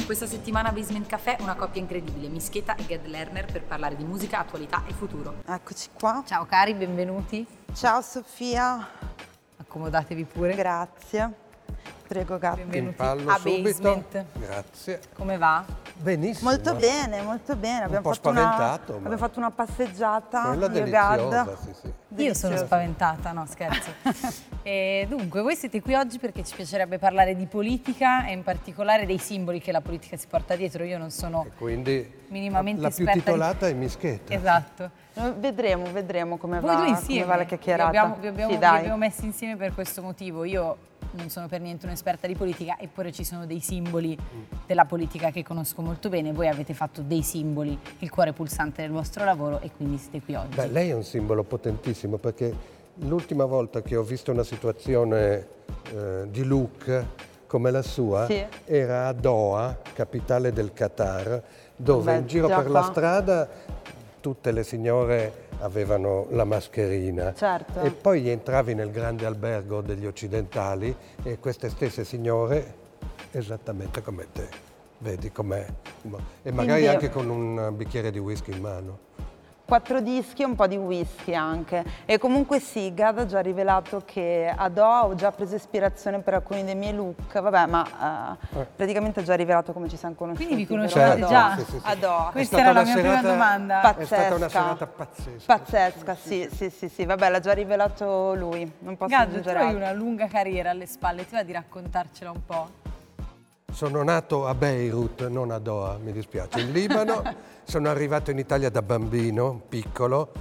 Questa settimana Basement Café, una coppia incredibile, Mischeta e Gad Lerner, per parlare di musica, attualità e futuro. Eccoci qua. Ciao cari, benvenuti. Ciao Sofia. Accomodatevi pure. Grazie. Prego Gad. Benvenuti Impallo a subito. Basement. Grazie. Come va? Benissimo. Molto bene, molto bene. Un po' spaventato. Abbiamo fatto una passeggiata. Quella io e Gad. deliziosa, sì. Io sono Deliziosa. spaventata, no scherzo. E dunque, voi siete qui oggi perché ci piacerebbe parlare di politica e in particolare dei simboli che la politica si porta dietro. Io non sono Quindi minimamente la più esperta titolata è Mischeta. Esatto. Vedremo come Voi due va, insieme, come va la chiacchierata. vi Sì, dai. abbiamo messi insieme per questo motivo. Io non sono per niente un'esperta di politica, eppure ci sono dei simboli della politica che conosco molto bene. Voi avete fatto dei simboli, il cuore pulsante del vostro lavoro, e quindi siete qui oggi. Beh, lei è un simbolo potentissimo, perché l'ultima volta che ho visto una situazione di look come la sua Sì. era a Doha, capitale del Qatar, dove Vabbè, in giro già per la qua. strada tutte le signore avevano la mascherina. Certo. E poi entravi nel grande albergo degli occidentali e queste stesse signore, esattamente come te, vedi com'è. E magari Quindi- anche con un bicchiere di whisky in mano. 4 dischi e un po' di whisky anche. E comunque sì, Gad ha già rivelato che a Doha ho già preso ispirazione per alcuni dei miei look. Vabbè, ma praticamente ha già rivelato come ci siamo conosciuti. Quindi vi però conoscevate a già? Doha. Sì. A Doha. Questa era la mia prima domanda. È stata una serata pazzesca. Pazzesca, sì. Vabbè, l'ha già rivelato lui. Non posso Gad, tu aggiungere hai altro. una lunga carriera alle spalle, ti va di raccontarcela un po'? Sono nato a Beirut, non a Doha, mi dispiace, in Libano. Sono arrivato in Italia da bambino, piccolo,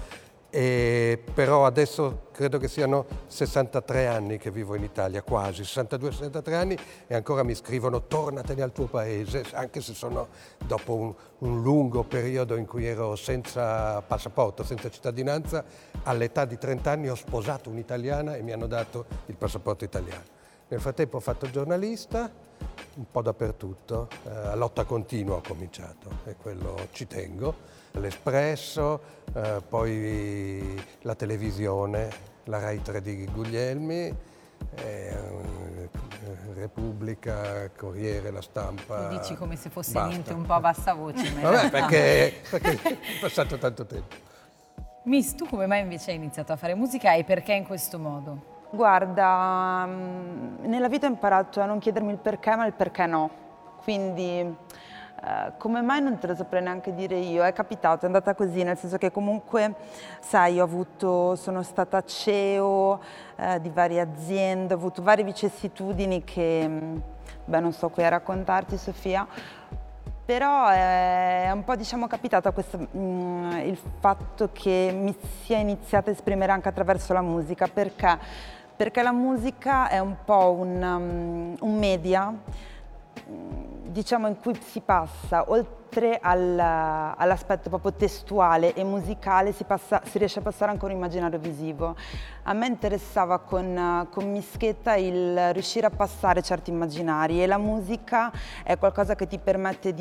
però adesso credo che siano 63 anni che vivo in Italia, quasi, 62-63 anni, e ancora mi scrivono tornatene al tuo paese, anche se sono dopo un lungo periodo in cui ero senza passaporto, senza cittadinanza. All'età di 30 anni ho sposato un'italiana e mi hanno dato il passaporto italiano. Nel frattempo ho fatto il giornalista, un po' dappertutto, a Lotta Continua ho cominciato, e quello ci tengo, l'Espresso, poi la televisione, la Rai 3 di Guglielmi, Repubblica, Corriere, La Stampa. Lo dici come se fosse basta. niente, un po' a bassa voce. Ma in Vabbè, realtà- perché è passato tanto tempo. Miss, tu come mai invece hai iniziato a fare musica e perché in questo modo? Guarda, nella vita ho imparato a non chiedermi il perché, ma il perché no. Quindi, come mai non te lo saprei neanche dire io. È capitato, è andata così, nel senso che comunque, sai, sono stata CEO di varie aziende, ho avuto varie vicissitudini che, non sto qui a raccontarti, Sofia. Però è un po', diciamo, capitato il fatto che mi sia iniziata a esprimere anche attraverso la musica. Perché la musica è un po' un media, diciamo, in cui si passa, oltre all'aspetto proprio testuale e musicale, si riesce a passare anche un immaginario visivo. A me interessava con Mischeta il riuscire a passare certi immaginari, e la musica è qualcosa che ti permette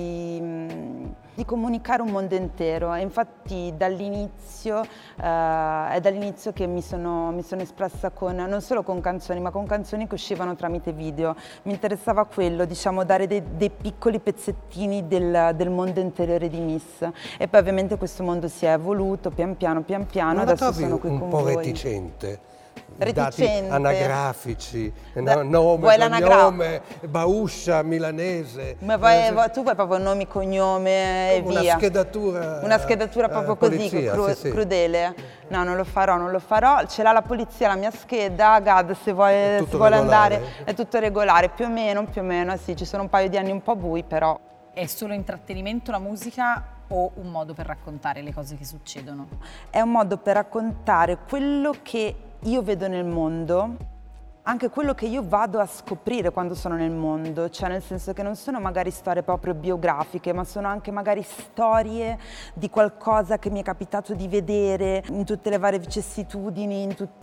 di comunicare un mondo intero. E infatti dall'inizio è dall'inizio che mi sono espressa non solo con canzoni, ma con canzoni che uscivano tramite video. Mi interessava quello, diciamo, dare dei piccoli pezzettini del mondo interiore di Miss. E poi ovviamente questo mondo si è evoluto pian piano, Non la adesso trovi sono qui un con po' voi. reticente? Dati Reticente. anagrafici, Vuoi nome, l'anagrafe? cognome, Bauscia, milanese. Tu vuoi proprio nome, cognome e Una via. schedatura. Una schedatura proprio così, polizia, sì. crudele. No, non lo farò. Ce l'ha la polizia, la mia scheda. Gad, se vuole regolare? andare, è tutto regolare, più o meno, sì. Ci sono un paio di anni un po' bui, però. È solo intrattenimento la musica o un modo per raccontare le cose che succedono? È un modo per raccontare quello che io vedo nel mondo, anche quello che io vado a scoprire quando sono nel mondo, cioè nel senso che non sono magari storie proprio biografiche, ma sono anche magari storie di qualcosa che mi è capitato di vedere in tutte le varie vicissitudini,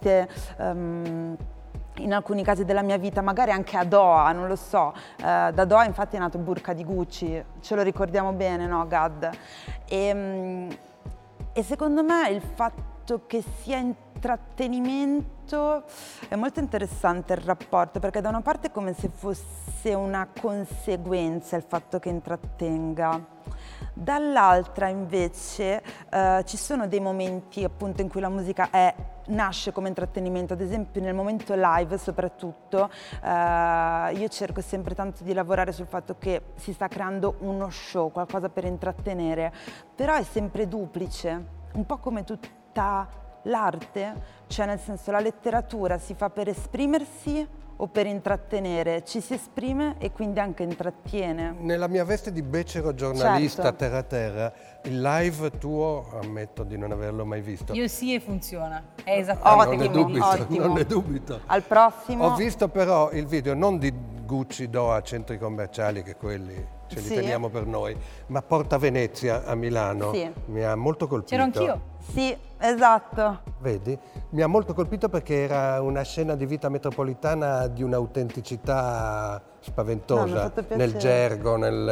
in alcuni casi della mia vita, magari anche a Doha, non lo so. Da Doha infatti è nato Burka di Gucci, ce lo ricordiamo bene, no, Gad? E secondo me il fatto che sia intrattenimento è molto interessante il rapporto, perché da una parte è come se fosse una conseguenza il fatto che intrattenga. Dall'altra invece ci sono dei momenti appunto in cui la musica nasce come intrattenimento, ad esempio nel momento live soprattutto io cerco sempre tanto di lavorare sul fatto che si sta creando uno show, qualcosa per intrattenere, però è sempre duplice, un po' come tutta l'arte, cioè nel senso la letteratura si fa per esprimersi o per intrattenere, ci si esprime e quindi anche intrattiene. Nella mia veste di becero giornalista Certo. terra terra, il live tuo ammetto di non averlo mai visto. Io sì e funziona, è esattamente non ne come dubito, dici. non ne dubito. Al prossimo. Ho visto però il video non di Gucci Doha centri commerciali, che quelli ce li Sì. teniamo per noi, ma Porta Venezia a Milano. Sì. Mi ha molto colpito. C'ero anch'io. Sì, esatto. Vedi? Mi ha molto colpito perché era una scena di vita metropolitana di un'autenticità No, mi ha spaventosa, fatto piacere. nel gergo,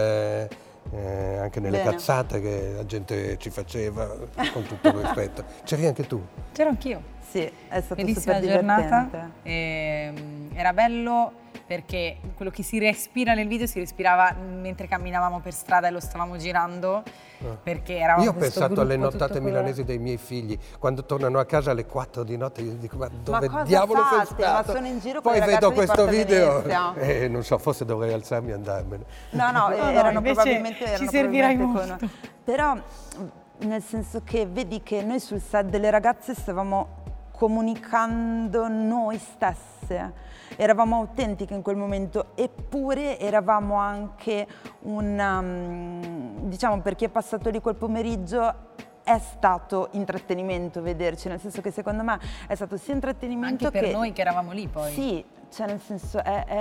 anche nelle Bene. cazzate che la gente ci faceva, con tutto il rispetto. C'eri anche tu? C'ero anch'io. Sì, è stato Bellissima super giornata, divertente. era bello perché quello che si respira nel video si respirava mentre camminavamo per strada e lo stavamo girando, perché eravamo Io ho questo pensato alle gruppo nottate tutto milanesi dei miei figli, quando tornano a casa alle 4 di notte, io dico ma dove cosa diavolo sei fate? stato? Ma sono in giro con Poi le vedo ragazze di questo Porta video Venezia. e non so, forse dovrei alzarmi e andarmene. No, no, erano invece probabilmente ci servirai probabilmente Però nel senso che vedi che noi sul set delle ragazze stavamo comunicando noi stesse, eravamo autentiche in quel momento, eppure eravamo anche diciamo, per chi è passato lì quel pomeriggio è stato intrattenimento vederci, nel senso che secondo me è stato sia intrattenimento anche per noi che eravamo lì poi. Sì, cioè nel senso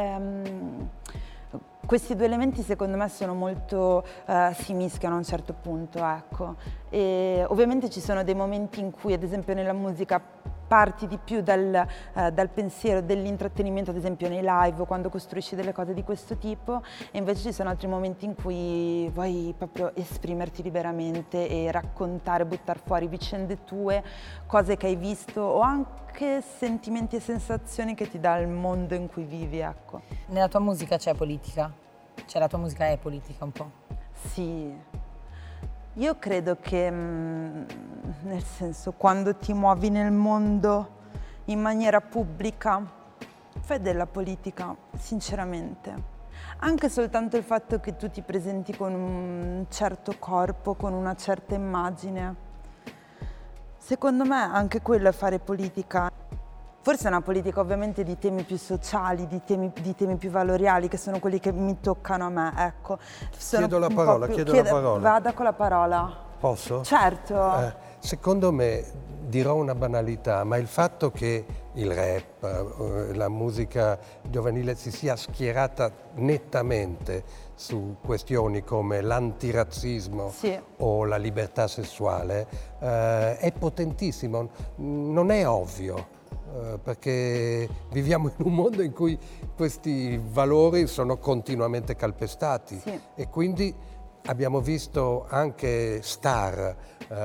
questi due elementi secondo me sono molto, si mischiano a un certo punto, ecco. E ovviamente ci sono dei momenti in cui, ad esempio nella musica, parti di più dal pensiero dell'intrattenimento, ad esempio nei live o quando costruisci delle cose di questo tipo, e invece ci sono altri momenti in cui vuoi proprio esprimerti liberamente e raccontare, buttare fuori vicende tue, cose che hai visto o anche sentimenti e sensazioni che ti dà il mondo in cui vivi, ecco. Nella tua musica c'è politica? Cioè la tua musica è politica un po'? Sì, io credo che, nel senso, quando ti muovi nel mondo in maniera pubblica, fai della politica, sinceramente. Anche soltanto il fatto che tu ti presenti con un certo corpo, con una certa immagine, secondo me anche quello è fare politica. Forse è una politica ovviamente di temi più sociali, di temi più valoriali, che sono quelli che mi toccano a me, ecco. Chiedo la parola. Vada con la parola. Posso? Certo. Secondo me, dirò una banalità, ma il fatto che il rap, la musica giovanile si sia schierata nettamente su questioni come l'antirazzismo Sì. o la libertà sessuale è potentissimo, non è ovvio. Perché viviamo in un mondo in cui questi valori sono continuamente calpestati, Sì. e quindi abbiamo visto anche star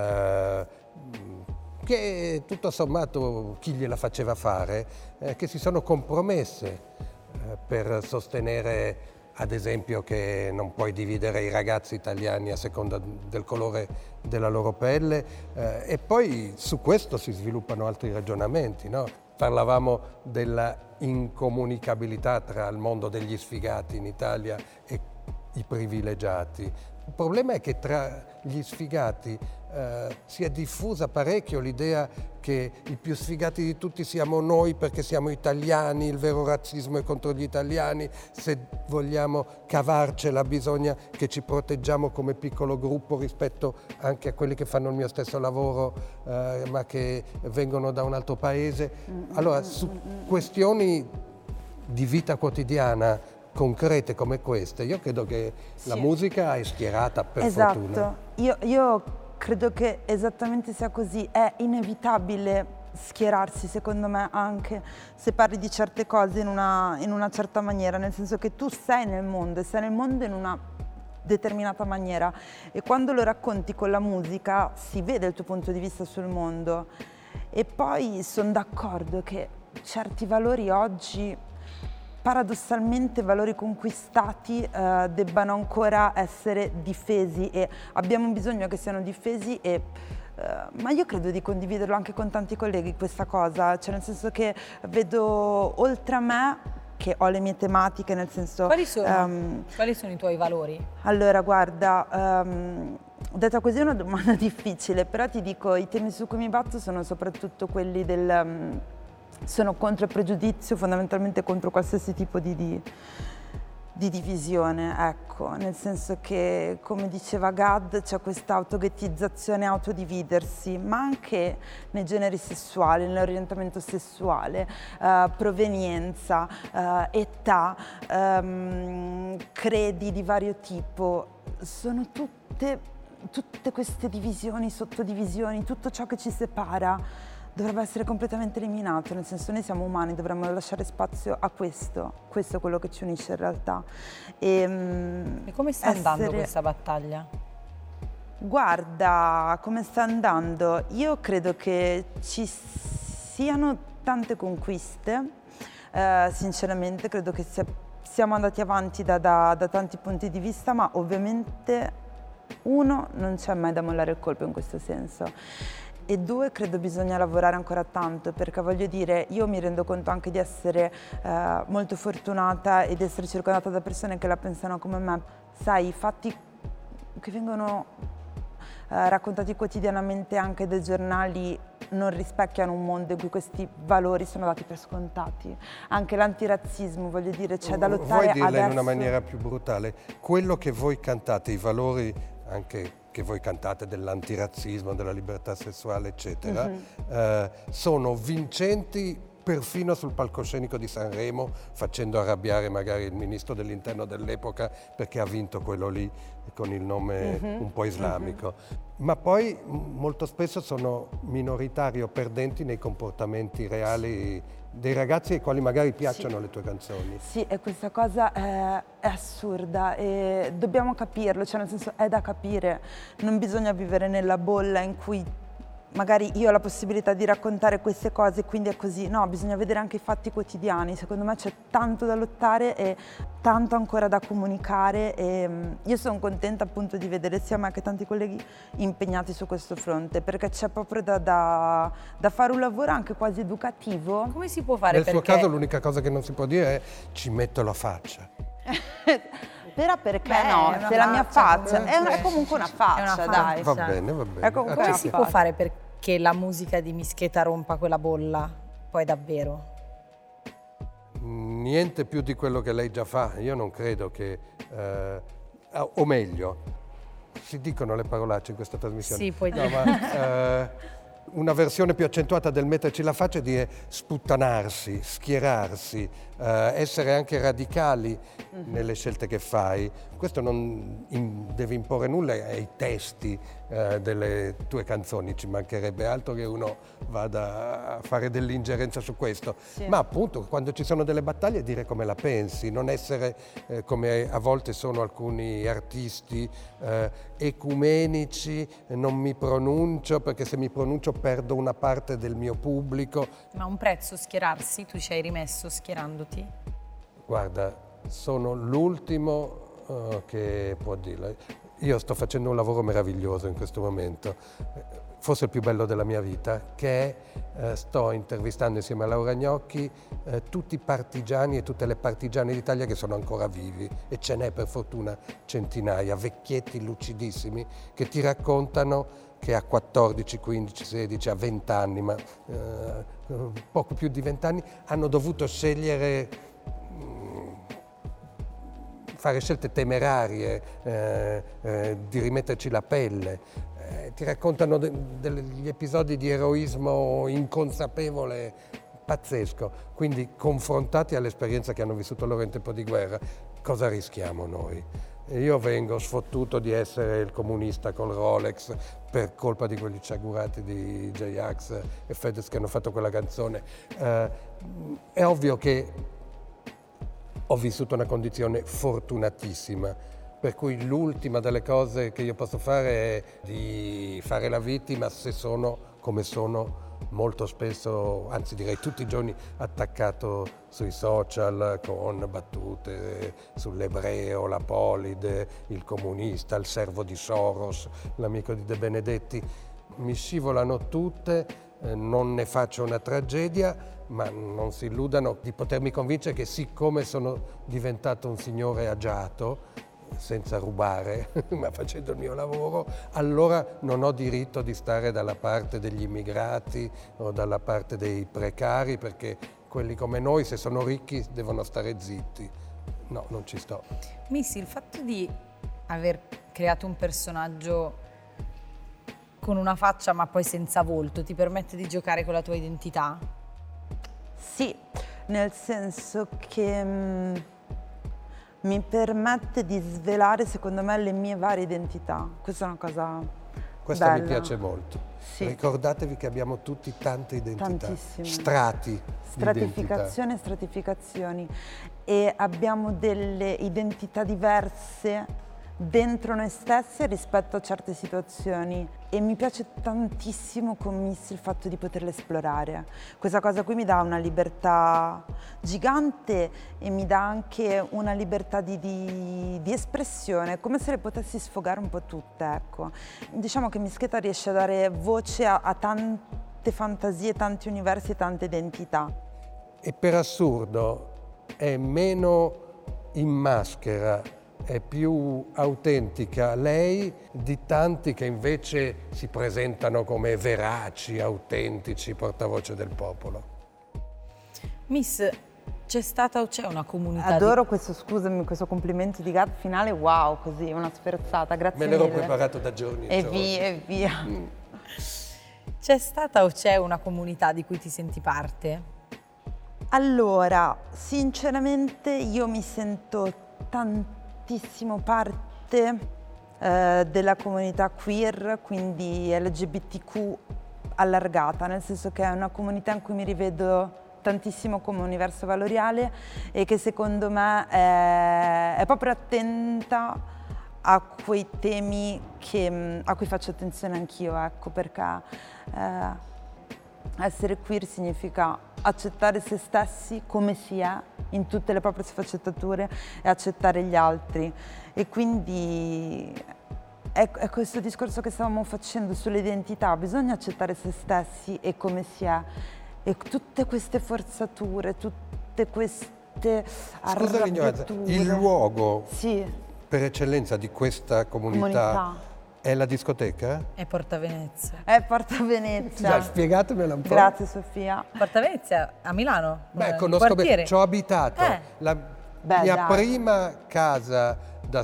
che tutto sommato chi gliela faceva fare, che si sono compromesse per sostenere, ad esempio, che non puoi dividere i ragazzi italiani a seconda del colore della loro pelle, e poi su questo si sviluppano altri ragionamenti, no? Parlavamo della incomunicabilità tra il mondo degli sfigati in Italia e i privilegiati. Il problema è che tra gli sfigati si è diffusa parecchio l'idea che i più sfigati di tutti siamo noi perché siamo italiani, il vero razzismo è contro gli italiani, se vogliamo cavarcela bisogna che ci proteggiamo come piccolo gruppo rispetto anche a quelli che fanno il mio stesso lavoro ma che vengono da un altro paese. Allora, su questioni di vita quotidiana concrete come queste, io credo che la musica è schierata per fortuna. Io credo che esattamente sia così, è inevitabile schierarsi secondo me anche se parli di certe cose in una certa maniera, nel senso che tu sei nel mondo e sei nel mondo in una determinata maniera e quando lo racconti con la musica si vede il tuo punto di vista sul mondo. E poi sono d'accordo che certi valori oggi, paradossalmente valori conquistati, debbano ancora essere difesi e abbiamo bisogno che siano difesi ma io credo di condividerlo anche con tanti colleghi questa cosa, cioè nel senso che vedo oltre a me che ho le mie tematiche, nel senso... Quali sono i tuoi valori? Allora, guarda, detta così è una domanda difficile, però ti dico, i temi su cui mi batto sono soprattutto quelli sono contro il pregiudizio, fondamentalmente contro qualsiasi tipo di divisione, ecco, nel senso che, come diceva Gad, c'è questa autoghettizzazione, autodividersi, ma anche nei generi sessuali, nell'orientamento sessuale, provenienza, età, credi di vario tipo, sono tutte queste divisioni, sottodivisioni, tutto ciò che ci separa dovrebbe essere completamente eliminato, nel senso noi siamo umani, dovremmo lasciare spazio a questo è quello che ci unisce in realtà. E come sta andando questa battaglia? Guarda, come sta andando? Io credo che ci siano tante conquiste, sinceramente credo che siamo andati avanti da tanti punti di vista, ma ovviamente uno, non c'è mai da mollare il colpo in questo senso. E due, credo bisogna lavorare ancora tanto, perché voglio dire, io mi rendo conto anche di essere molto fortunata e di essere circondata da persone che la pensano come me. Sai, i fatti che vengono raccontati quotidianamente anche dai giornali non rispecchiano un mondo in cui questi valori sono dati per scontati. Anche l'antirazzismo, voglio dire, c'è da lottare adesso. Vuoi dirla in una maniera più brutale? Quello che voi cantate, i valori anche che voi cantate dell'antirazzismo, della libertà sessuale, eccetera, sono vincenti perfino sul palcoscenico di Sanremo, facendo arrabbiare magari il ministro dell'interno dell'epoca perché ha vinto quello lì con il nome un po' islamico. Ma poi molto spesso sono minoritari o perdenti nei comportamenti reali dei ragazzi ai quali magari piacciono le tue canzoni. Sì, e questa cosa è assurda e dobbiamo capirlo, cioè nel senso è da capire, non bisogna vivere nella bolla in cui magari io ho la possibilità di raccontare queste cose, quindi è così. No, bisogna vedere anche i fatti quotidiani. Secondo me c'è tanto da lottare e tanto ancora da comunicare e io sono contenta appunto di vedere sia me che tanti colleghi impegnati su questo fronte, perché c'è proprio da fare un lavoro anche quasi educativo. Come si può fare? Nel suo caso l'unica cosa che non si può dire è ci metto la faccia. Però perché no? Se la mia faccia è comunque una faccia, dai. Va bene, va bene. Come si può fare perché la musica di Mischeta rompa quella bolla, poi davvero? Niente più di quello che lei già fa. Io non credo che... o meglio, si dicono le parolacce in questa trasmissione. Sì, puoi dire. Ma, una versione più accentuata del metterci la faccia è dire sputtanarsi, schierarsi, essere anche radicali nelle scelte che fai. Questo non deve imporre nulla ai testi delle tue canzoni, ci mancherebbe altro che uno vada a fare dell'ingerenza su questo. Sì. Ma appunto quando ci sono delle battaglie dire come la pensi, non essere come a volte sono alcuni artisti ecumenici, non mi pronuncio perché se mi pronuncio perdo una parte del mio pubblico. Ma un prezzo schierarsi? Tu ci hai rimesso schierandoti? Guarda, sono l'ultimo che può dirlo. Io sto facendo un lavoro meraviglioso in questo momento, forse il più bello della mia vita, che è sto intervistando insieme a Laura Gnocchi tutti i partigiani e tutte le partigiane d'Italia che sono ancora vivi, e ce n'è per fortuna centinaia, vecchietti lucidissimi che ti raccontano che a 14, 15, 16, a 20 anni, ma poco più di 20 anni, hanno dovuto scegliere, fare scelte temerarie, di rimetterci la pelle. Ti raccontano degli episodi di eroismo inconsapevole pazzesco. Quindi, confrontati all'esperienza che hanno vissuto loro in tempo di guerra, cosa rischiamo noi? Io vengo sfottuto di essere il comunista col Rolex per colpa di quegli sciagurati di J-Ax e Fedez che hanno fatto quella canzone. È ovvio che ho vissuto una condizione fortunatissima, per cui l'ultima delle cose che io posso fare è di fare la vittima se sono come sono molto spesso, anzi direi tutti i giorni, attaccato sui social con battute sull'ebreo, la Polide, il comunista, il servo di Soros, l'amico di De Benedetti. Mi scivolano tutte, non ne faccio una tragedia, ma non si illudano di potermi convincere che siccome sono diventato un signore agiato, senza rubare, ma facendo il mio lavoro, allora non ho diritto di stare dalla parte degli immigrati o dalla parte dei precari, perché quelli come noi, se sono ricchi, devono stare zitti. No, non ci sto. Missy, il fatto di aver creato un personaggio con una faccia ma poi senza volto ti permette di giocare con la tua identità? Sì, nel senso che mi permette di svelare, secondo me, le mie varie identità. Questa è una cosa Questa bella. mi piace molto. Sì. Ricordatevi che abbiamo tutti tante identità. Tantissime. Strati. Stratificazioni e stratificazioni. E abbiamo delle identità diverse dentro noi stesse rispetto a certe situazioni, e mi piace tantissimo con Miss il fatto di poterle esplorare. Questa cosa qui mi dà una libertà gigante e mi dà anche una libertà di espressione, come se le potessi sfogare un po' tutte, ecco. Diciamo che Mischeta riesce a dare voce a tante fantasie, tanti universi e tante identità. E per assurdo è meno in maschera, è più autentica lei di tanti che invece si presentano come veraci, autentici, portavoce del popolo. Miss, c'è stata o c'è una comunità? Adoro questo, scusami, questo complimento di gat finale, wow, così, una sferzata, grazie Me l'ero mille. preparato da giorni E via, e via. C'è stata o c'è una comunità di cui ti senti parte? Allora, sinceramente io mi sento tantissimo parte della comunità queer, quindi LGBTQ allargata, nel senso che è una comunità in cui mi rivedo tantissimo come universo valoriale e che secondo me è proprio attenta a quei temi a cui faccio attenzione anch'io, ecco, perché essere queer significa accettare se stessi come si è in tutte le proprie sfaccettature e accettare gli altri, e quindi è questo discorso che stavamo facendo sull'identità, bisogna accettare se stessi e come si è, e tutte queste forzature, tutte queste Scusa l'ignoranza, il luogo sì, per eccellenza di questa comunità è la discoteca? È Porta Venezia. è Porta Venezia. Dai, spiegatemela un po'. Grazie Sofia. Porta Venezia a Milano? Beh, il conosco bene, quartiere. ci ho abitato. La Beh, mia dai. prima casa da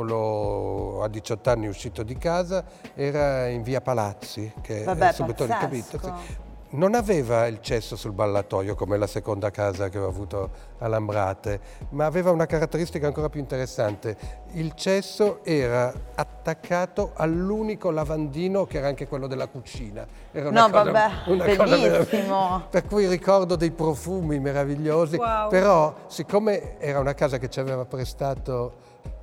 solo, a 18 anni uscito di casa, era in via Palazzi, che Vabbè, è subito pazzesco. ricapito. Sì. Non aveva il cesso sul ballatoio come la seconda casa che ho avuto a Lambrate, ma aveva una caratteristica ancora più interessante. Il cesso era attaccato all'unico lavandino che era anche quello della cucina. Era una No, cosa, vabbè, una cosa bellissimo. per cui ricordo dei profumi meravigliosi. Wow. Però, siccome era una casa che ci aveva prestato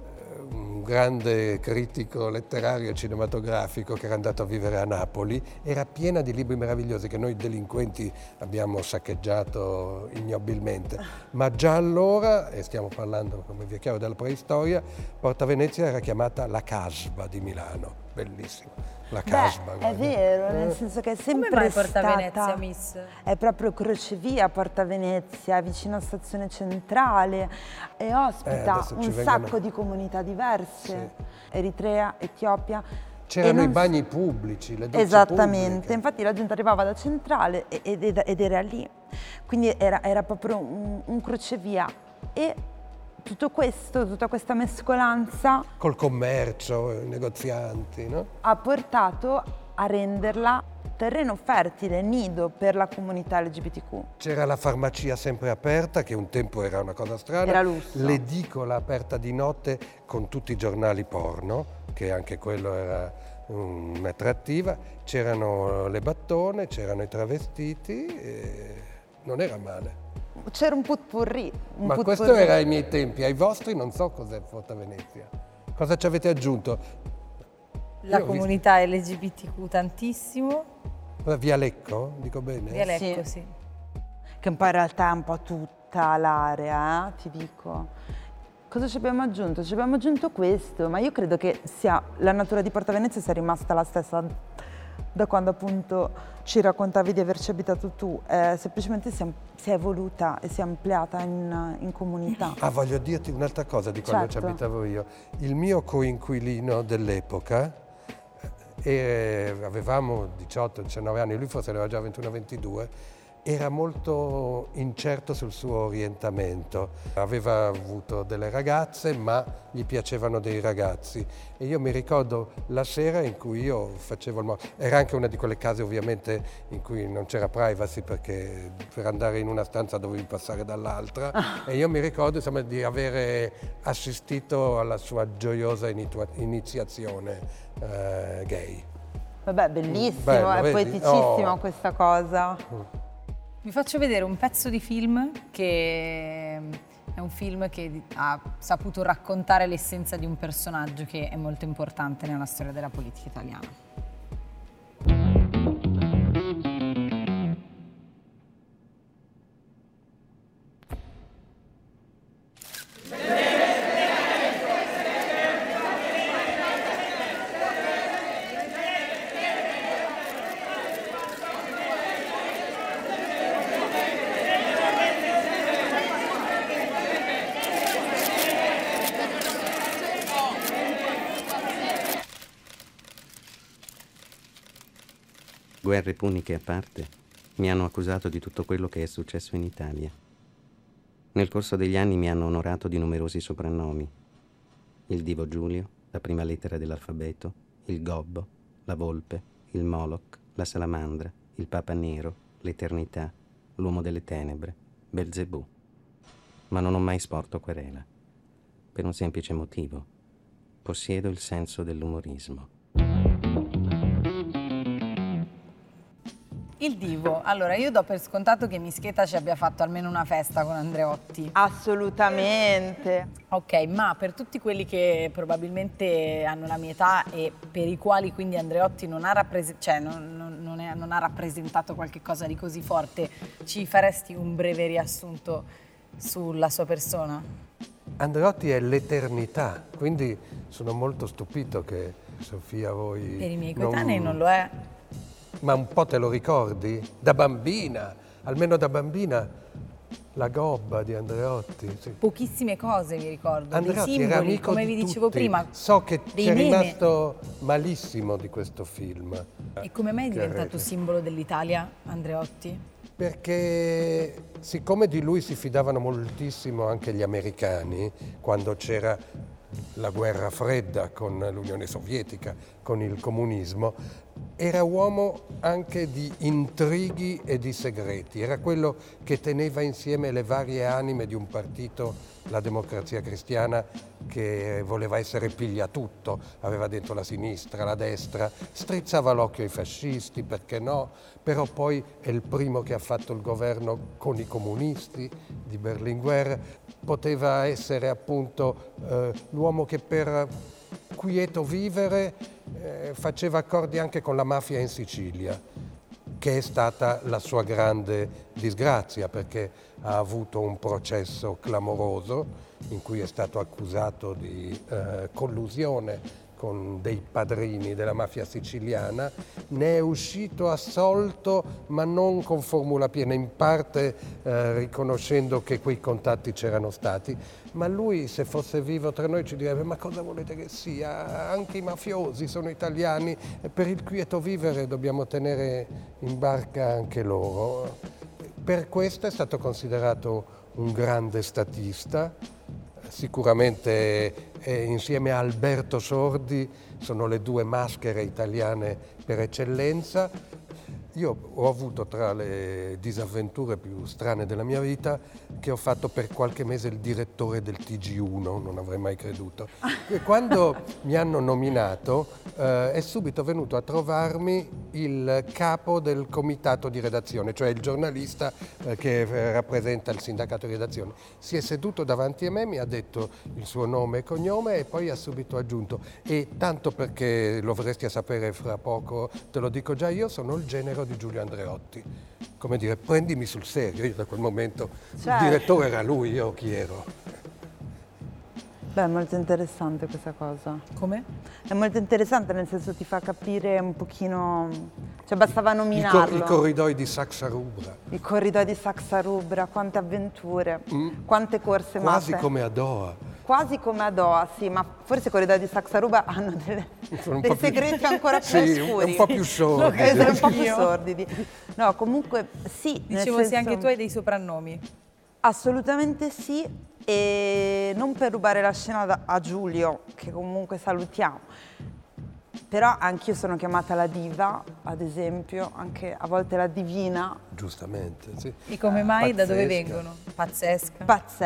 un grande critico letterario e cinematografico che era andato a vivere a Napoli, era piena di libri meravigliosi che noi delinquenti abbiamo saccheggiato ignobilmente. Ma già allora, e stiamo parlando, come vi è chiaro, della preistoria, Porta Venezia era chiamata la Casba di Milano. Bellissimo. La Casba. Beh, è vero, nel senso che è sempre Come mai Porta stata... Venezia, Miss? È proprio crocevia Porta Venezia, è vicino a Stazione Centrale e ospita adesso ci un vengono- sacco di comunità diverse, Eritrea, Etiopia. C'erano E i non- bagni pubblici, le docce Esattamente, pubbliche. infatti la gente arrivava da Centrale ed era lì, quindi era proprio un crocevia, e tutto questo, tutta questa mescolanza Col commercio, i negozianti, no? ha portato a renderla terreno fertile, nido per la comunità LGBTQ. C'era la farmacia sempre aperta, che un tempo era una cosa strana. Era lusso. L'edicola aperta di notte con tutti i giornali porno, che anche quello era un'attrattiva. C'erano le battone, c'erano i travestiti, e non era male. C'era un potpourri. Ma questo era ai miei tempi, ai vostri non so cos'è Porta Venezia. Cosa ci avete aggiunto? La Io ho comunità LGBTQ tantissimo. Via Lecco, dico bene? Via Lecco, sì. Che un po' in realtà è un po' tutta l'area, ti dico. Cosa ci abbiamo aggiunto? Ci abbiamo aggiunto questo, ma io credo che la natura di Porta Venezia sia rimasta la stessa da quando appunto ci raccontavi di averci abitato tu. Semplicemente si è evoluta e si è ampliata in comunità. Ah, voglio dirti un'altra cosa di quando ci abitavo io. Il mio coinquilino dell'epoca, avevamo 18-19 anni, lui forse aveva già 21-22, era molto incerto sul suo orientamento. Aveva avuto delle ragazze, ma gli piacevano dei ragazzi. E io mi ricordo la sera in cui io facevo era anche una di quelle case ovviamente in cui non c'era privacy, perché per andare in una stanza dovevi passare dall'altra. E io mi ricordo, insomma, di avere assistito alla sua gioiosa iniziazione gay. Vabbè, bellissimo, Bello, è vedi? poeticissima questa cosa. Vi faccio vedere un pezzo di film che è un film che ha saputo raccontare l'essenza di un personaggio che è molto importante nella storia della politica italiana. Guerre puniche a parte, mi hanno accusato di tutto quello che è successo in Italia. Nel corso degli anni mi hanno onorato di numerosi soprannomi. Il Divo Giulio, la prima lettera dell'alfabeto, il Gobbo, la Volpe, il Moloch, la Salamandra, il Papa Nero, l'Eternità, l'Uomo delle Tenebre, Belzebù. Ma non ho mai sporto querela. Per un semplice motivo. Possiedo il senso dell'umorismo. Il Divo. Allora, io do per scontato che Mischeta ci abbia fatto almeno una festa con Andreotti. Assolutamente. Ok, ma per tutti quelli che probabilmente hanno la mia età e per i quali quindi Andreotti non ha rappresentato qualche cosa di così forte, ci faresti un breve riassunto sulla sua persona? Andreotti è l'eternità, quindi sono molto stupito che Sofia voi... Per i miei coetanei non lo è. Ma un po' te lo ricordi? Da bambina, almeno da bambina, la gobba di Andreotti. Sì. Pochissime cose mi ricordo, Andreotti dei simboli, era amico come di vi dicevo tutti. prima. So che dei c'è meme. rimasto malissimo di questo film. E come mai è diventato simbolo dell'Italia Andreotti? Perché siccome di lui si fidavano moltissimo anche gli americani, quando c'era la guerra fredda con l'Unione Sovietica, con il comunismo, era uomo anche di intrighi e di segreti, era quello che teneva insieme le varie anime di un partito, la Democrazia Cristiana, che voleva essere pigliatutto, aveva dentro la sinistra, la destra, strizzava l'occhio ai fascisti, perché no, però poi è il primo che ha fatto il governo con i comunisti di Berlinguer, poteva essere appunto l'uomo che per quieto vivere faceva accordi anche con la mafia in Sicilia, che è stata la sua grande disgrazia, perché ha avuto un processo clamoroso in cui è stato accusato di collusione con dei padrini della mafia siciliana, ne è uscito assolto, ma non con formula piena, in parte riconoscendo che quei contatti c'erano stati. Ma lui, se fosse vivo tra noi, ci direbbe: ma cosa volete che sia? Anche i mafiosi sono italiani e per il quieto vivere dobbiamo tenere in barca anche loro. Per questo è stato considerato un grande statista. Sicuramente insieme a Alberto Sordi sono le due maschere italiane per eccellenza. Io ho avuto tra le disavventure più strane della mia vita che ho fatto per qualche mese il direttore del TG1, non avrei mai creduto. E quando mi hanno nominato è subito venuto a trovarmi il capo del comitato di redazione, cioè il giornalista che rappresenta il sindacato di redazione. Si è seduto davanti a me, mi ha detto il suo nome e cognome e poi ha subito aggiunto: e tanto perché lo vorresti a sapere fra poco, te lo dico già io, sono il genero pensiero di Giulio Andreotti. Come dire, prendimi sul serio. Io da quel momento Certo. il direttore era lui, io chi ero? Beh, è molto interessante questa cosa. Come? È molto interessante, nel senso ti fa capire un pochino, cioè bastava nominarlo. I corridoi di Saxa Rubra. I corridoi di Saxa Rubra, quante avventure, quante corse Quasi mappe. come a Doha. Quasi come a Doha, sì, ma forse i corridoi di Saxa Rubra hanno Sono un dei po' più- segreti ancora più Sì, oscuri. un po' più sordidi. Un po' più sordidi. No, comunque sì. nel Dicevo, se senso- anche tu hai dei soprannomi. Assolutamente sì, e non per rubare la scena a Giulio, che comunque salutiamo, però anch'io sono chiamata la diva, ad esempio, anche a volte la divina, Giustamente, sì. E come mai? Da dove Pazzesca. vengono? Pazzesca.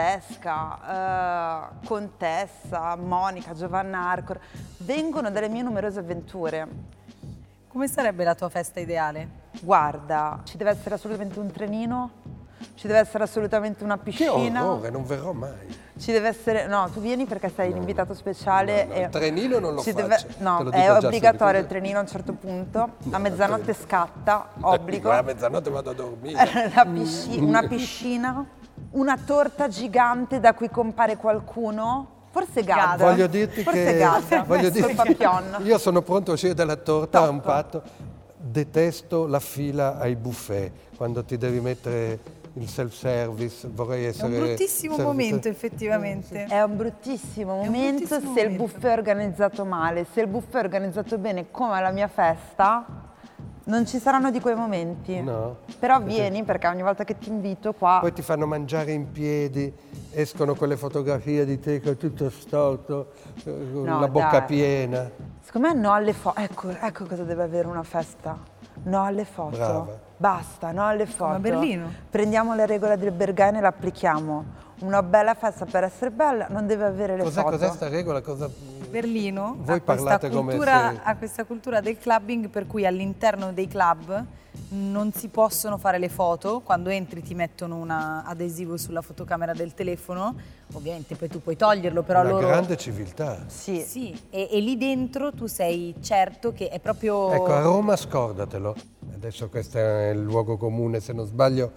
pazzesca, Contessa, Monica, Giovanna Arcor, vengono dalle mie numerose avventure. Come sarebbe la tua festa ideale? Guarda, ci deve essere assolutamente un trenino, ci deve essere assolutamente una Che piscina. orrore, non verrò mai. Ci deve essere, no, tu vieni perché sei l'invitato speciale. no, il trenino non lo ci faccio, te no, lo è dico già obbligatorio subito. il trenino a un certo punto, a mezzanotte scatta, obbligo. A mezzanotte vado a dormire. Una piscina, una torta gigante da cui compare qualcuno, forse Gadda. Voglio dirti forse che, Gadda, voglio sul dirti papillon. io sono pronto a uscire dalla torta a un Top. patto. Detesto la fila ai buffet, quando ti devi mettere il self-service, vorrei È essere... un bruttissimo momento, effettivamente. È un bruttissimo momento bruttissimo se il momento. buffet è organizzato male. Se il buffet è organizzato bene, come alla mia festa, non ci saranno di quei momenti. No. Però vieni, perché ogni volta che ti invito qua... Poi ti fanno mangiare in piedi, escono quelle fotografie di te che è tutto storto, con No, la bocca dai. piena. Secondo me no alle foto. Ecco cosa deve avere una festa. No alle foto. Brava. Basta, no alle foto. a Berlino. Prendiamo la regola del Berghain e la applichiamo. Una bella festa per essere bella non deve avere le foto. Cos'è sta regola? Cosa... Berlino Voi ha questa, parlate come cultura, se- ha questa cultura del clubbing per cui all'interno dei club non si possono fare le foto. Quando entri ti mettono un adesivo sulla fotocamera del telefono, ovviamente poi tu puoi toglierlo, però Una loro... grande civiltà. Sì. Sì, e lì dentro tu sei certo che è proprio... Ecco, a Roma scordatelo. Adesso questo è il luogo comune, se non sbaglio,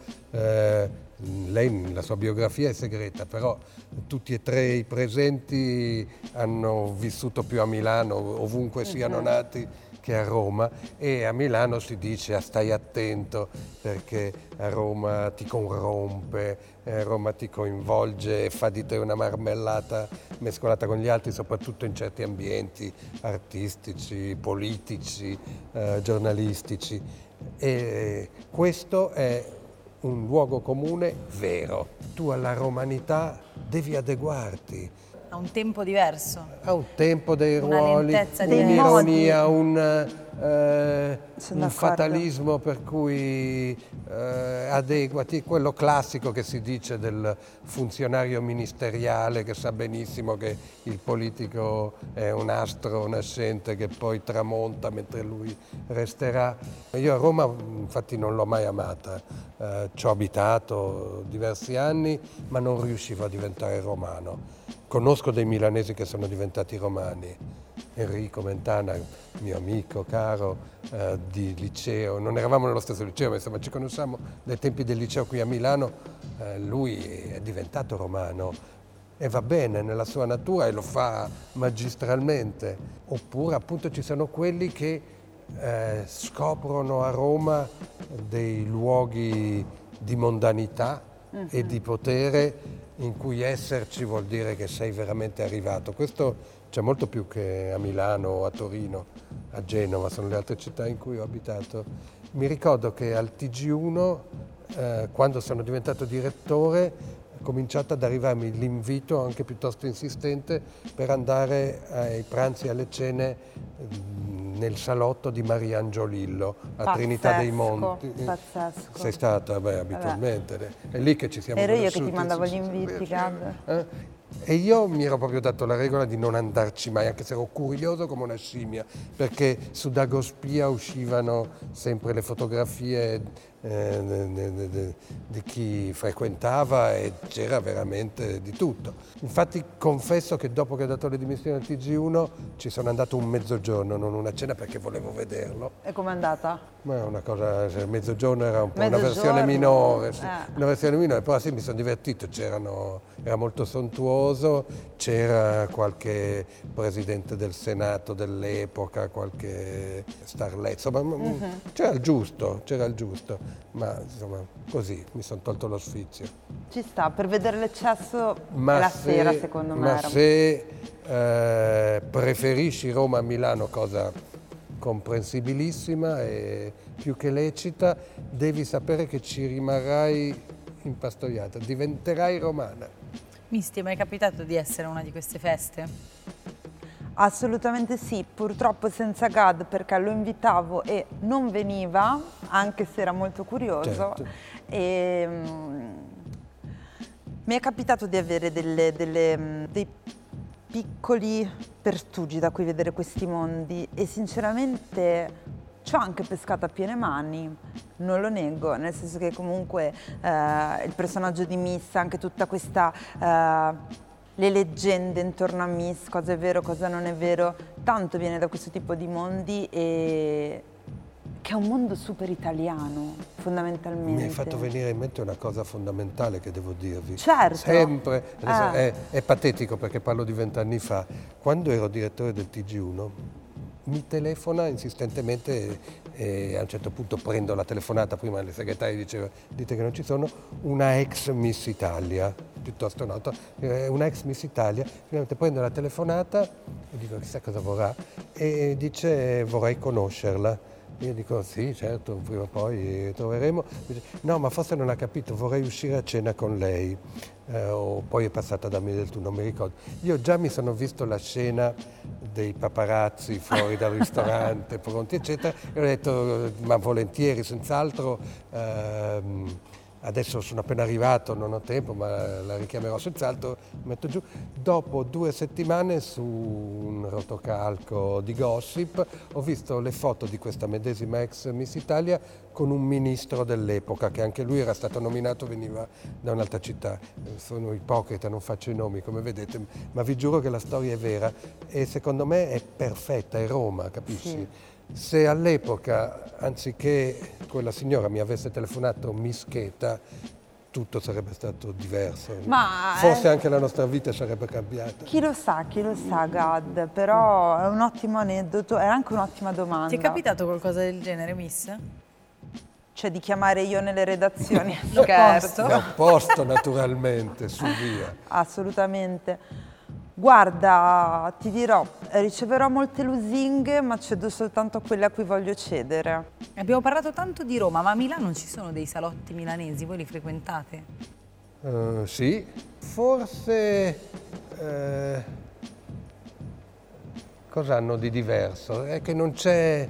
lei, la sua biografia è segreta, però tutti e tre i presenti hanno vissuto più a Milano, ovunque siano nati, che a Roma, e a Milano si dice stai attento perché a Roma ti corrompe, a Roma ti coinvolge e fa di te una marmellata mescolata con gli altri, soprattutto in certi ambienti artistici, politici, giornalistici. E questo è un luogo comune vero. Tu alla romanità devi adeguarti. Ha un tempo diverso. Ha un tempo dei Una ruoli, lentezza diversa. un'ironia, un d'accordo. fatalismo per cui adeguati, quello classico che si dice del funzionario ministeriale che sa benissimo che il politico è un astro nascente che poi tramonta mentre lui resterà. Io a Roma infatti non l'ho mai amata, ci ho abitato diversi anni ma non riuscivo a diventare romano. Conosco dei milanesi che sono diventati romani, Enrico Mentana, mio amico caro di liceo, non eravamo nello stesso liceo, ma insomma ci conosciamo dai tempi del liceo qui a Milano, lui è diventato romano e va bene nella sua natura e lo fa magistralmente. Oppure appunto ci sono quelli che scoprono a Roma dei luoghi di mondanità e di potere in cui esserci vuol dire che sei veramente arrivato. Questo c'è molto più che a Milano, a Torino, a Genova, sono le altre città in cui ho abitato. Mi ricordo che al TG1, quando sono diventato direttore, è cominciato ad arrivarmi l'invito, anche piuttosto insistente, per andare ai pranzi e alle cene nel salotto di Maria Angiolillo a Trinità dei Monti. Pazzesco. Sei stata? Beh, abitualmente. È lì che ci siamo Ero io conosciuti. che ti mandavo sì, gli sì, inviti, sì. Gad. E io mi ero proprio dato la regola di non andarci mai, anche se ero curioso come una scimmia, perché su Dagospia uscivano sempre le fotografie di chi frequentava, e c'era veramente di tutto. Infatti confesso che dopo che ho dato le dimissioni al TG1 ci sono andato un mezzogiorno, non una cena, perché volevo vederlo. E com'è andata? Ma è una cosa, mezzogiorno era un po' una versione minore, sì. Una versione minore, però sì, mi sono divertito, era molto sontuoso, c'era qualche presidente del Senato dell'epoca, qualche starletto, insomma c'era il giusto, ma insomma così mi sono tolto lo sfizio. Ci sta, per vedere l'eccesso la sera secondo me. Ma se preferisci Roma a Milano, cosa comprensibilissima e più che lecita, devi sapere che ci rimarrai impastoiata, diventerai romana. Miss, ti è mai capitato di essere a una di queste feste? Assolutamente sì, purtroppo senza Gad, perché lo invitavo e non veniva, anche se era molto curioso. Certo. E, mi è capitato di avere dei piccoli pertugi da cui vedere questi mondi, e sinceramente ci ho anche pescato a piene mani, non lo nego, nel senso che comunque il personaggio di Miss, anche tutta questa, le leggende intorno a Miss, cosa è vero, cosa non è vero, tanto viene da questo tipo di mondi, e che è un mondo super italiano, fondamentalmente. Mi hai fatto venire in mente una cosa fondamentale che devo dirvi. Certo. Sempre, è patetico perché parlo di 20 anni fa, quando ero direttore del TG1, mi telefona insistentemente e a un certo punto prendo la telefonata, prima le segretarie diceva dite che non ci sono, una ex Miss Italia, piuttosto nota, una ex Miss Italia, finalmente prendo la telefonata e dico chissà cosa vorrà, e dice vorrei conoscerla. Io dico sì, certo, prima o poi troveremo. Dice, no, ma forse non ha capito, vorrei uscire a cena con lei. O poi è passata da me del tu, non mi ricordo. Io già mi sono visto la scena dei paparazzi fuori dal ristorante, pronti, eccetera, e ho detto, ma volentieri, senz'altro. Adesso sono appena arrivato, non ho tempo, ma la richiamerò senz'altro, metto giù. Dopo 2 settimane su un rotocalco di Gossip ho visto le foto di questa medesima ex Miss Italia con un ministro dell'epoca, che anche lui era stato nominato, veniva da un'altra città. Sono ipocrita, non faccio i nomi come vedete, ma vi giuro che la storia è vera e secondo me è perfetta, è Roma, capisci? Sì. Se all'epoca, anziché quella signora mi avesse telefonato Mischeta, tutto sarebbe stato diverso. Ma forse anche la nostra vita sarebbe cambiata. Chi lo sa, Gad, però è un ottimo aneddoto, è anche un'ottima domanda. Ti è capitato qualcosa del genere, Miss? Cioè di chiamare io nelle redazioni? L'opposto naturalmente, su via. Assolutamente. Guarda, ti dirò, riceverò molte lusinghe, ma cedo soltanto a quelle a cui voglio cedere. Abbiamo parlato tanto di Roma, ma a Milano ci sono dei salotti milanesi, voi li frequentate? Sì, forse cosa hanno di diverso? È che non c'è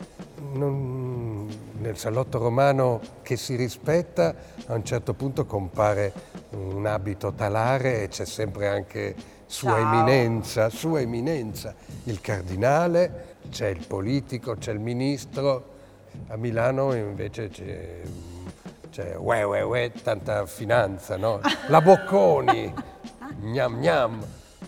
nel salotto romano che si rispetta, a un certo punto compare un abito talare e c'è sempre anche Sua Eminenza, il cardinale, c'è il politico, c'è il ministro. A Milano invece c'è tanta finanza, no? La Bocconi, gnam gnam.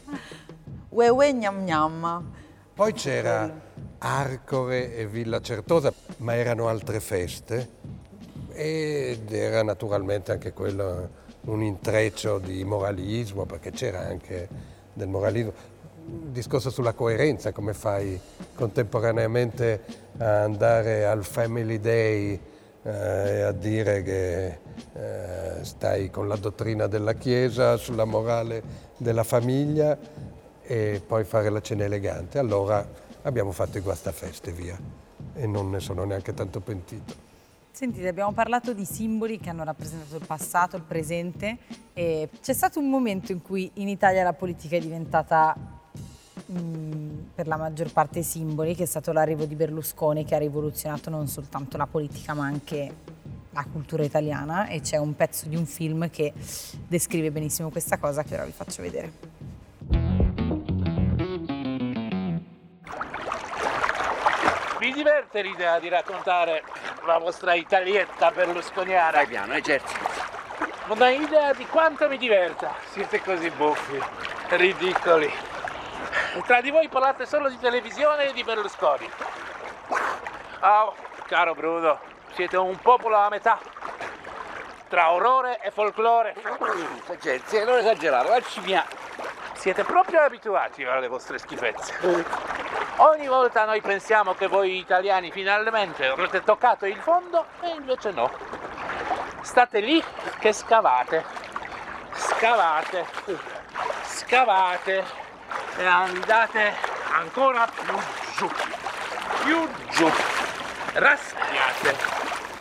Gnam gnam. Poi c'era Arcore e Villa Certosa, ma erano altre feste ed era naturalmente anche quello un intreccio di moralismo, perché c'era anche del moralismo. Il discorso sulla coerenza, come fai contemporaneamente a andare al Family Day e a dire che stai con la dottrina della Chiesa sulla morale della famiglia e poi fare la cena elegante. Allora abbiamo fatto i guastafeste, via, e non ne sono neanche tanto pentito. Sentite, abbiamo parlato di simboli che hanno rappresentato il passato, il presente, e c'è stato un momento in cui in Italia la politica è diventata per la maggior parte simboli, che è stato l'arrivo di Berlusconi, che ha rivoluzionato non soltanto la politica ma anche la cultura italiana, e c'è un pezzo di un film che descrive benissimo questa cosa che ora vi faccio vedere. Mi diverte l'idea di raccontare la vostra italietta berlusconiana. Dai piano, certo. Non hai idea di quanto mi diverta. Siete così buffi, ridicoli. E tra di voi parlate solo di televisione e di Berlusconi. Oh, caro Bruno, siete un popolo a metà. Tra orrore e folklore. Scherzi, non esagerare, facci via. Siete proprio abituati alle vostre schifezze. Ogni volta noi pensiamo che voi italiani finalmente avrete toccato il fondo e invece no. State lì che scavate e andate ancora più giù, raschiate.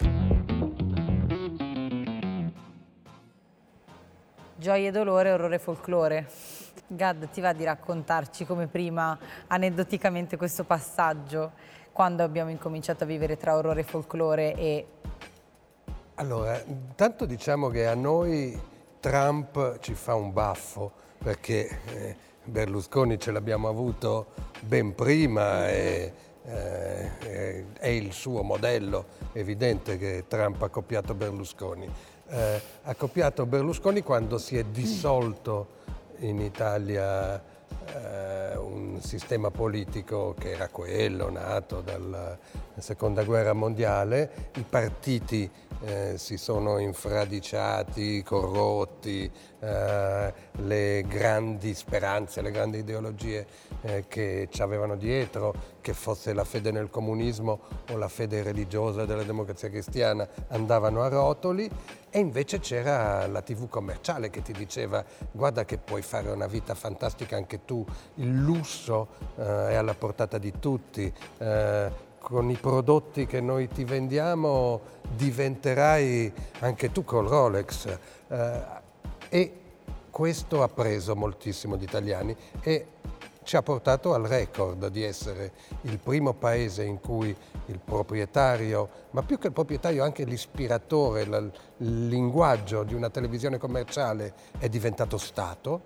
Gioia e dolore, orrore e folklore. Gad, ti va di raccontarci come prima, aneddoticamente, questo passaggio, quando abbiamo incominciato a vivere tra orrore e folklore e... Allora, intanto diciamo che a noi Trump ci fa un baffo, perché Berlusconi ce l'abbiamo avuto ben prima e è il suo modello, è evidente che Trump ha copiato Berlusconi. Ha copiato Berlusconi quando si è dissolto in Italia un sistema politico che era quello nato dalla Seconda Guerra Mondiale. I partiti si sono infradiciati, corrotti, le grandi speranze, le grandi ideologie che ci avevano dietro, che fosse la fede nel comunismo o la fede religiosa della Democrazia Cristiana, andavano a rotoli, e invece c'era la TV commerciale che ti diceva: guarda che puoi fare una vita fantastica anche tu, il lusso è alla portata di tutti, con i prodotti che noi ti vendiamo diventerai anche tu col Rolex. E questo ha preso moltissimo di italiani e ci ha portato al record di essere il primo paese in cui il proprietario, ma più che il proprietario anche l'ispiratore, il linguaggio di una televisione commerciale è diventato Stato.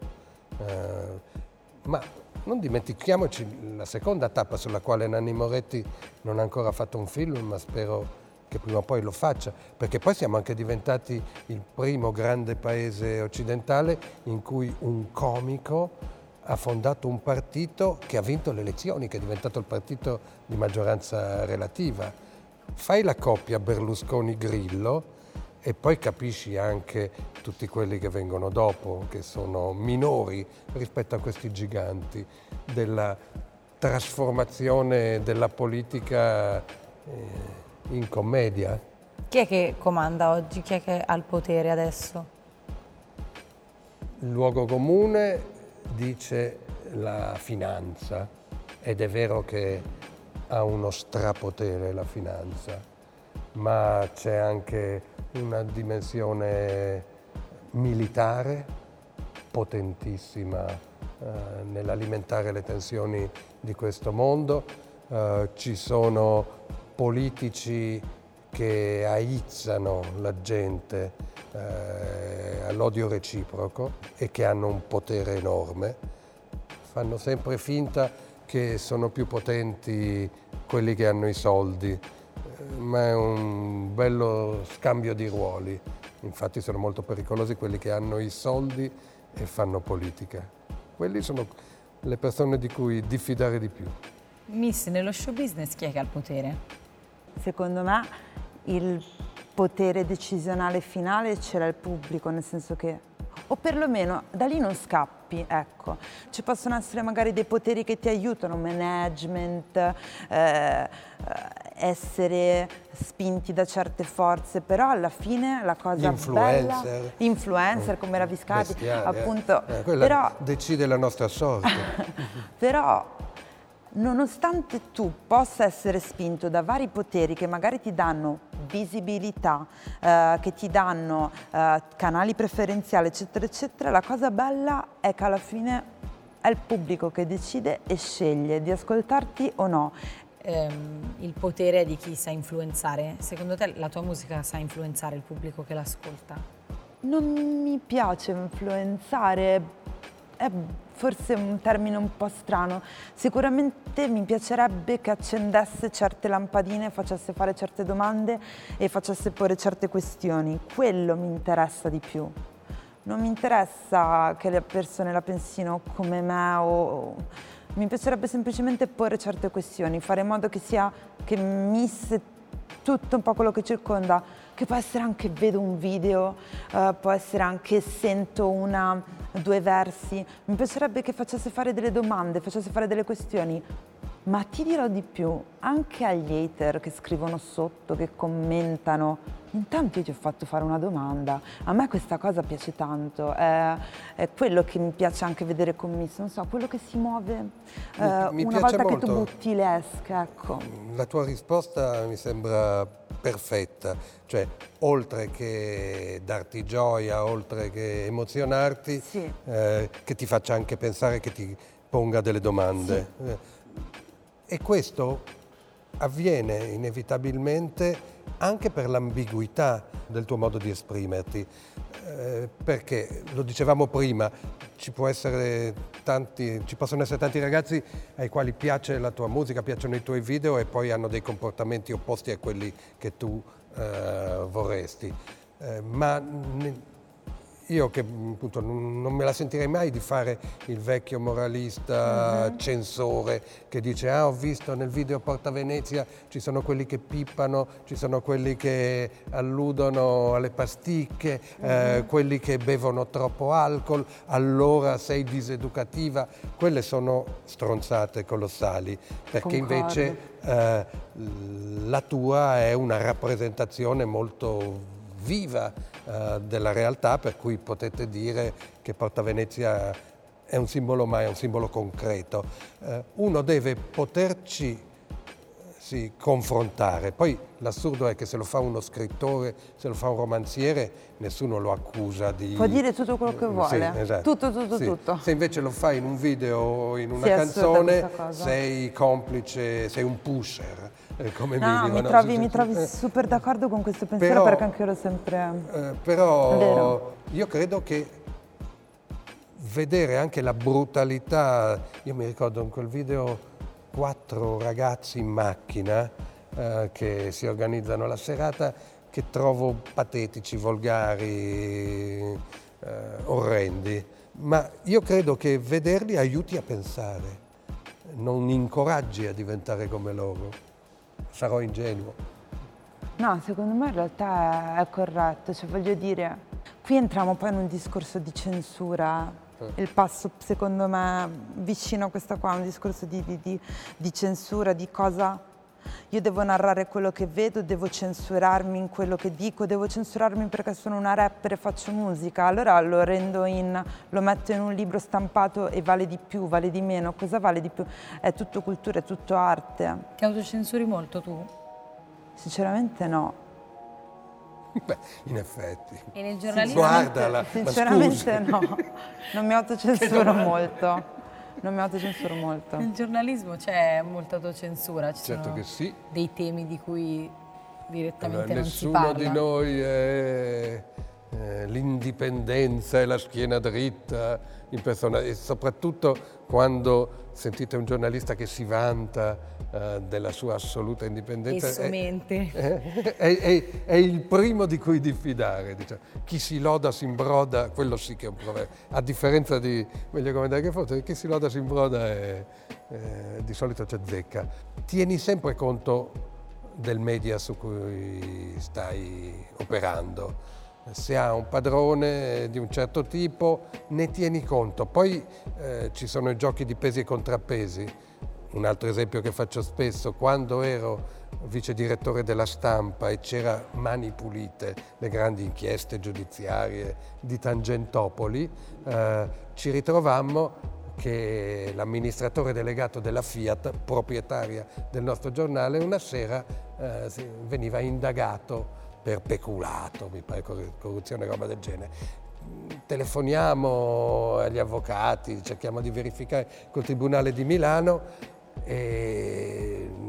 Ma non dimentichiamoci la seconda tappa sulla quale Nanni Moretti non ha ancora fatto un film, ma spero che prima o poi lo faccia, perché poi siamo anche diventati il primo grande paese occidentale in cui un comico ha fondato un partito che ha vinto le elezioni, che è diventato il partito di maggioranza relativa. Fai la coppia Berlusconi-Grillo e poi capisci anche tutti quelli che vengono dopo, che sono minori rispetto a questi giganti della trasformazione della politica in commedia. Chi è che comanda oggi? Chi è che ha il potere adesso? Il luogo comune dice la finanza, ed è vero che ha uno strapotere la finanza, ma c'è anche una dimensione militare potentissima nell'alimentare le tensioni di questo mondo. Ci sono politici che aizzano la gente all'odio reciproco e che hanno un potere enorme. Fanno sempre finta che sono più potenti quelli che hanno i soldi, ma è un bello scambio di ruoli. Infatti sono molto pericolosi quelli che hanno i soldi e fanno politica. Quelli sono le persone di cui diffidare di più. Miss, nello show business chi è che ha il potere? Secondo me il potere decisionale finale c'era il pubblico, nel senso che, o perlomeno da lì non scappi, ecco. Ci possono essere magari dei poteri che ti aiutano, management, essere spinti da certe forze, però alla fine la cosa bella... Influencer, come era Viscardi, appunto. Quella però, decide la nostra sorte. Però, nonostante tu possa essere spinto da vari poteri che magari ti danno visibilità, che ti danno canali preferenziali, eccetera, eccetera, la cosa bella è che alla fine è il pubblico che decide e sceglie di ascoltarti o no. Il potere di chi sa influenzare. Secondo te la tua musica sa influenzare il pubblico che l'ascolta? Non mi piace influenzare, è forse un termine un po' strano. Sicuramente mi piacerebbe che accendesse certe lampadine, facesse fare certe domande e facesse porre certe questioni. Quello mi interessa di più. Non mi interessa che le persone la pensino come me mi piacerebbe semplicemente porre certe questioni, fare in modo che misse tutto un po' quello che circonda, che può essere anche vedo un video, può essere anche sento due versi. Mi piacerebbe che facesse fare delle domande, facesse fare delle questioni. Ma ti dirò di più, anche agli hater che scrivono sotto, che commentano, intanto io ti ho fatto fare una domanda. A me questa cosa piace tanto, è quello che mi piace anche vedere commesso, non so, quello che si muove mi una piace volta molto. che tu butti le esche, ecco. La tua risposta mi sembra perfetta, cioè oltre che darti gioia, oltre che emozionarti, Sì. che ti faccia anche pensare, che ti ponga delle domande. Sì. E questo avviene inevitabilmente anche per l'ambiguità del tuo modo di esprimerti, perché lo dicevamo prima, ci possono essere tanti ragazzi ai quali piace la tua musica, piacciono i tuoi video e poi hanno dei comportamenti opposti a quelli che tu vorresti. Io che appunto non me la sentirei mai di fare il vecchio moralista censore che dice ho visto nel video Porta Venezia ci sono quelli che pippano, ci sono quelli che alludono alle pasticche, quelli che bevono troppo alcol, allora sei diseducativa. Quelle sono stronzate colossali, perché invece la tua è una rappresentazione molto viva della realtà, per cui potete dire che Porta Venezia è un simbolo, ma è un simbolo concreto. Uno deve poterci confrontare. Poi l'assurdo è che se lo fa uno scrittore, se lo fa un romanziere, nessuno lo accusa di... Può dire tutto quello che vuole, Sì, esatto. tutto. Se invece lo fai in un video o in una canzone, sei complice, sei un pusher. Come mi trovi super d'accordo con questo pensiero, perché anche io l'ho sempre... però io credo che vedere anche la brutalità, io mi ricordo in quel video 4 ragazzi in macchina che si organizzano la serata, che trovo patetici, volgari, orrendi, ma io credo che vederli aiuti a pensare, non incoraggi a diventare come loro. Sarò ingenuo. No, secondo me in realtà è corretto, cioè voglio dire, qui entriamo poi in un discorso di censura, il passo secondo me vicino a questa qua è un discorso di censura, di cosa io devo narrare quello che vedo, devo censurarmi in quello che dico, devo censurarmi perché sono una rapper e faccio musica, allora lo metto in un libro stampato e vale di più, vale di meno, cosa vale di più? È tutto cultura, è tutto arte. Ti autocensuri molto tu? Sinceramente no. Beh, in effetti. E nel giornalismo? Guardala, sinceramente no, non mi autocensuro molto. Non mi autocensuro molto. Nel giornalismo c'è molta autocensura, ci certo sono che sì. dei temi di cui direttamente non si nessuno parla. di noi è l'indipendenza e la schiena dritta in persona, e soprattutto quando sentite un giornalista che si vanta della sua assoluta indipendenza, è il primo di cui diffidare. Diciamo. Chi si loda si imbroda, quello sì che è un proverbio. A differenza di meglio come dare che fosse, chi si loda si imbroda di solito ci azzecca. Tieni sempre conto del media su cui stai operando. Se ha un padrone di un certo tipo, ne tieni conto. Poi ci sono i giochi di pesi e contrappesi. Un altro esempio che faccio spesso, quando ero vice direttore della Stampa e c'era Mani Pulite, le grandi inchieste giudiziarie di Tangentopoli, ci ritrovammo che l'amministratore delegato della Fiat, proprietaria del nostro giornale, una sera veniva indagato per peculato, mi pare corruzione, roba del genere. Telefoniamo agli avvocati, cerchiamo di verificare col Tribunale di Milano e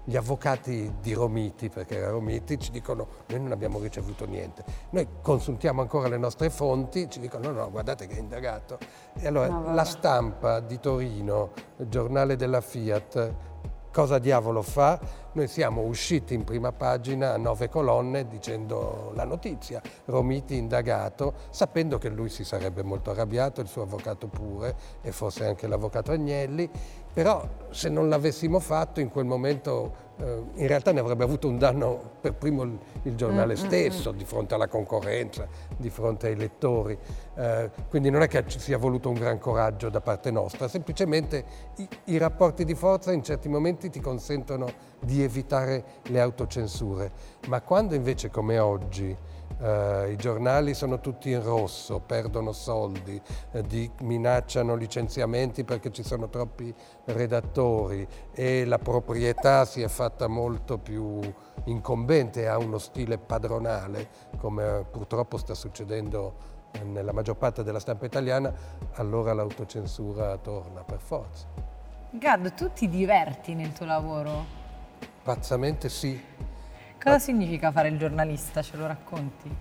gli avvocati di Romiti, perché era Romiti, ci dicono noi non abbiamo ricevuto niente. Noi consultiamo ancora le nostre fonti, ci dicono no, guardate che è indagato. E allora la Stampa di Torino, il giornale della Fiat, cosa diavolo fa? Noi siamo usciti in prima pagina a 9 colonne dicendo la notizia, Romiti indagato, sapendo che lui si sarebbe molto arrabbiato, il suo avvocato pure, e forse anche l'avvocato Agnelli, però se non l'avessimo fatto in quel momento in realtà ne avrebbe avuto un danno per primo il giornale stesso, di fronte alla concorrenza, di fronte ai lettori. Quindi non è che ci sia voluto un gran coraggio da parte nostra, semplicemente i rapporti di forza in certi momenti ti consentono di evitare le autocensure. Ma quando invece, come oggi, i giornali sono tutti in rosso, perdono soldi, minacciano licenziamenti perché ci sono troppi redattori e la proprietà si è fatta molto più incombente, ha uno stile padronale, come purtroppo sta succedendo nella maggior parte della stampa italiana, allora l'autocensura torna per forza. Gad, tu ti diverti nel tuo lavoro? Pazzamente sì. Cosa significa fare il giornalista? Ce lo racconti?